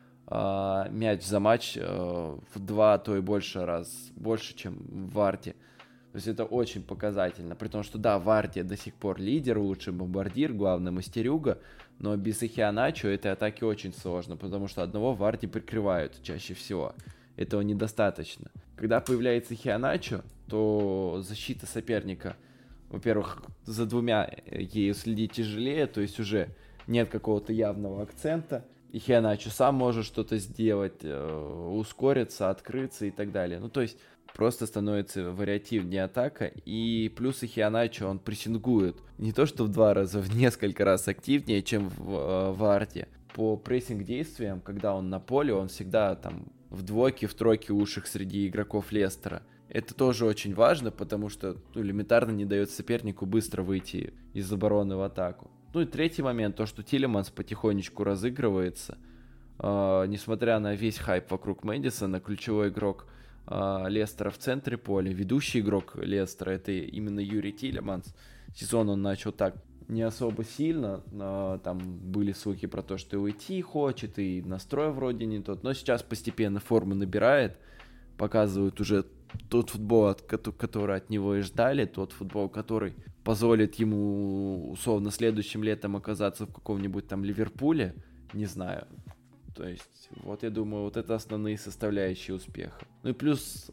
мяч за матч в 2, а то и больше раз больше, чем Варди. То есть это очень показательно. При том, что да, Варди до сих пор лидер, лучший бомбардир, главный мастерюга, но без Хианачо этой атаки очень сложно, потому что одного Варди прикрывают чаще всего. Этого недостаточно. Когда появляется Хианачо, то защита соперника, во-первых, за двумя ею следить тяжелее, то есть уже нет какого-то явного акцента, и Хианачо сам может что-то сделать, ускориться, открыться и так далее. То есть просто становится вариативнее атака, и плюс и Хианачо, он прессингует не то что в 2 раза, в несколько раз активнее, чем в Варди. По прессинг-действиям, когда он на поле, он всегда там в двойке, в тройке лучших среди игроков Лестера. Это тоже очень важно, потому что элементарно не дает сопернику быстро выйти из обороны в атаку. И третий момент, то что Тилеманс потихонечку разыгрывается. Несмотря на весь хайп вокруг Мэдисона, ключевой игрок Лестера в центре поля, ведущий игрок Лестера, это именно Юрий Тилеманс. Сезон он начал так не особо сильно, там были слухи про то, что и уйти хочет, и настрой вроде не тот, но сейчас постепенно форму набирает, показывают уже тот футбол, который от него и ждали, тот футбол, который позволит ему условно следующим летом оказаться в каком-нибудь там Ливерпуле, не знаю. То есть, вот я думаю, вот это основные составляющие успеха. И плюс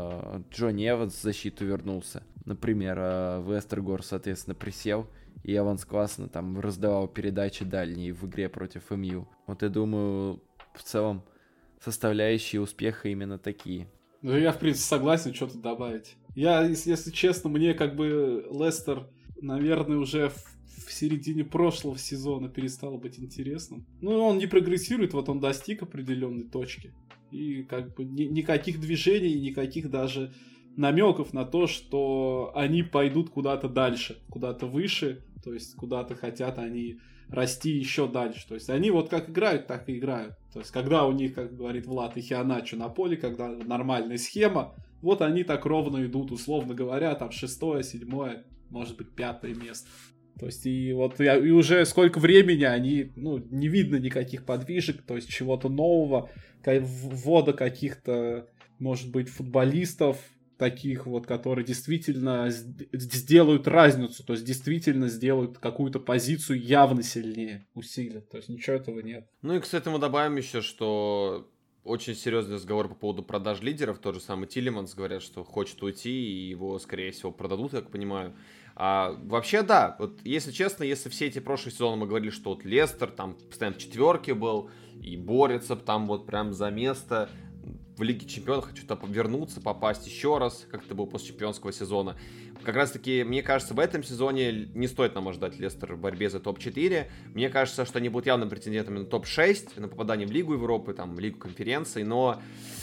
Джонни Эванс в защиту вернулся. Например, Вестергор, соответственно, присел, и Эванс классно там раздавал передачи дальние в игре против МЮ. Вот я думаю, в целом составляющие успеха именно такие. Я, в принципе, согласен, что тут добавить. Если честно, мне как бы Лестер, наверное, уже в середине прошлого сезона перестал быть интересным. Он не прогрессирует, вот он достиг определенной точки. И как бы никаких движений, никаких даже намеков на то, что они пойдут куда-то дальше, куда-то выше, то есть куда-то хотят они расти еще дальше. То есть они вот как играют, так и играют. То есть когда у них, как говорит Влад, и Хианачо на поле, когда нормальная схема, Вот они так ровно идут, условно говоря, там 6-е, 7-е, может быть 5-е место. То есть и уже сколько времени они, не видно никаких подвижек, то есть чего-то нового, ввода каких-то, может быть, футболистов, таких вот, которые действительно сделают разницу, то есть действительно сделают какую-то позицию явно сильнее, усилят. То есть ничего этого нет. Ну и, кстати, мы добавим еще, что очень серьезный разговор по поводу продаж лидеров. Тот же самый Тилеманс говорят, что хочет уйти, и его, скорее всего, продадут, я так понимаю. Вообще, да, вот если честно, если все эти прошлые сезоны мы говорили, что вот Лестер там постоянно в четверке был и борется там вот прям за место в Лиге Чемпионов, хочу туда вернуться, попасть еще раз, как это было после чемпионского сезона. Как раз таки, мне кажется, в этом сезоне не стоит нам ожидать Лестер в борьбе за топ-4. Мне кажется, что они будут явным претендентами на топ-6, на попадание в Лигу Европы, там, в Лигу конференций, но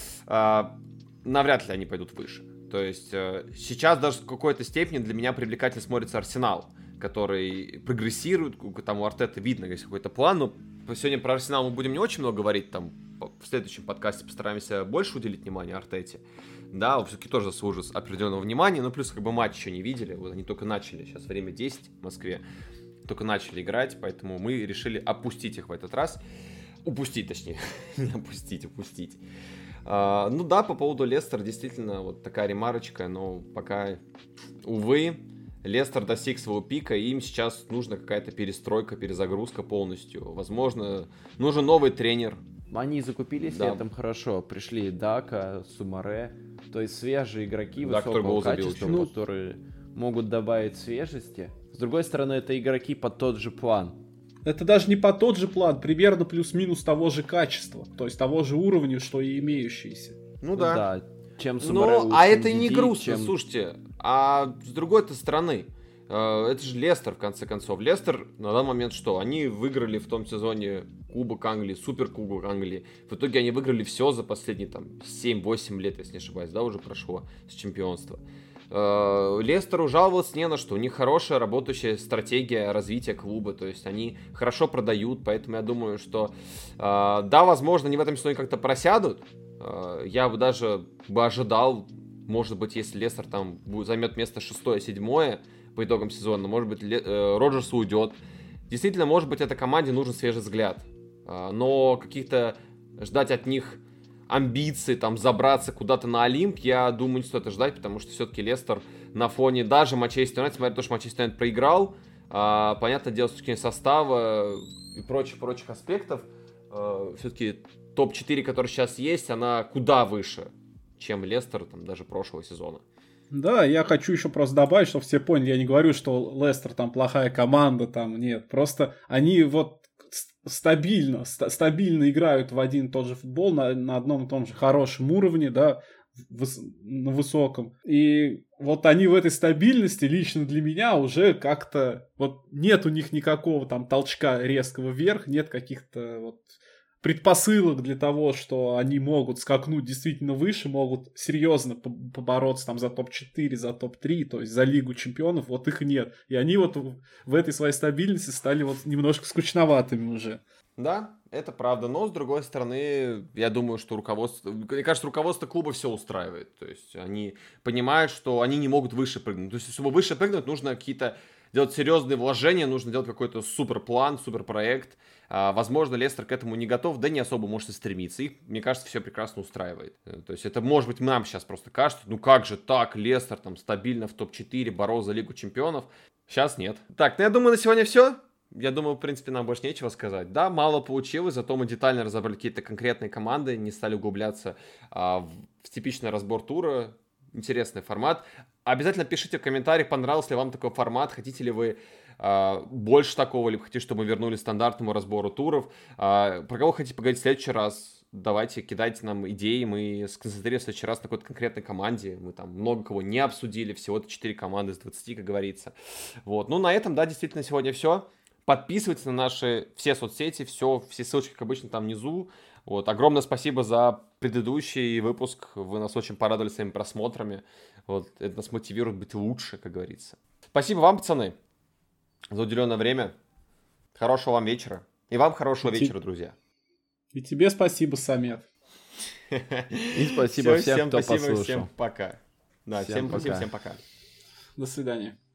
навряд ли они пойдут выше. То есть сейчас даже в какой-то степени для меня привлекательно смотрится Арсенал, который прогрессирует, там у Артета видно, есть какой-то план, но сегодня про Арсенал мы будем не очень много говорить, там в следующем подкасте постараемся больше уделить внимание Артете. Да, он все-таки тоже заслужит определенного внимания, но плюс как бы матч еще не видели, вот они только начали, сейчас время 10 в Москве, только начали играть, поэтому мы решили опустить их в этот раз. Упустить, точнее, не опустить, упустить. Ну да, по поводу Лестера, действительно, вот такая ремарочка, но пока, увы, Лестер достиг своего пика, и им сейчас нужна какая-то перестройка, перезагрузка полностью. Возможно, нужен новый тренер. Они закупились летом хорошо, пришли Дака, Сумаре, то есть свежие игроки высокого качества, которые могут добавить свежести. С другой стороны, это игроки под тот же план. Это даже не по тот же план, примерно плюс-минус того же качества, то есть того же уровня, что и имеющиеся. Ну да. Чем Сумаре лучше, а это не грустно, слушайте. А с другой-то стороны, это же Лестер, в конце концов. Лестер на данный момент что? Они выиграли в том сезоне Кубок Англии, Суперкубок Англии. В итоге они выиграли все за последние там 7-8 лет, если не ошибаюсь, да, уже прошло с чемпионства. Лестеру жаловаться не на что. У них хорошая работающая стратегия развития клуба. То есть они хорошо продают. Поэтому я думаю, что да, возможно, они в этом сезоне как-то просядут. Я бы даже ожидал, может быть, если Лестер там займет место 6-7 по итогам сезона, может быть, Роджерс уйдет. Действительно, может быть, этой команде нужен свежий взгляд. Но каких-то ждать от них амбиций, там, забраться куда-то на Олимп, я думаю, не стоит ждать, потому что все-таки Лестер на фоне даже Манчестер Юнайтед, смотря на то, что Манчестер Юнайтед проиграл, понятное дело, с точки зрения состава и прочих аспектов, все-таки топ-4, который сейчас есть, она куда выше, чем Лестер, там, даже прошлого сезона. Да, я хочу еще просто добавить, чтобы все поняли, я не говорю, что Лестер там плохая команда, там, нет, просто они вот стабильно играют в один и тот же футбол на одном и том же хорошем уровне, да, на высоком. И вот они в этой стабильности лично для меня уже как-то вот нет у них никакого там толчка резкого вверх, нет каких-то вот предпосылок для того, что они могут скакнуть действительно выше, могут серьезно побороться там за топ-4, за топ-3, то есть за Лигу Чемпионов, вот их нет. И они вот в этой своей стабильности стали вот немножко скучноватыми уже. Да, это правда, но с другой стороны, я думаю, что мне кажется, руководство клуба все устраивает. То есть они понимают, что они не могут выше прыгнуть. То есть, чтобы выше прыгнуть, нужно какие-то делать серьезные вложения, нужно делать какой-то суперплан, суперпроект. Возможно, Лестер к этому не готов, да не особо может и стремиться. Их, мне кажется, все прекрасно устраивает. То есть это, может быть, нам сейчас просто кажется, ну как же так, Лестер там стабильно в топ-4, боролся за Лигу Чемпионов. Сейчас нет. Так, ну я думаю, на сегодня все. Я думаю, в принципе, нам больше нечего сказать. Да, мало получилось, зато мы детально разобрали какие-то конкретные команды, не стали углубляться в типичный разбор тура. Интересный формат. Обязательно пишите в комментариях, понравился ли вам такой формат, хотите ли вы больше такого, либо хотите, чтобы мы вернулись к стандартному разбору туров. Про кого хотите поговорить в следующий раз? Давайте, кидайте нам идеи, мы сконцентрируемся в следующий раз на какой-то конкретной команде. Мы там много кого не обсудили, всего-то 4 команды из 20, как говорится. Вот. Ну, на этом, да, действительно, сегодня все. Подписывайтесь на наши все соцсети, все ссылочки, как обычно, там внизу. Вот. Огромное спасибо за предыдущий выпуск. Вы нас очень порадовали своими просмотрами. Вот. Это нас мотивирует быть лучше, как говорится. Спасибо вам, пацаны, за уделенное время. Хорошего вам вечера. И вам хорошего вечера, друзья. И тебе спасибо, Самет. И спасибо всем, кто послушал. Всем пока. Да, всем спасибо, всем пока. До свидания.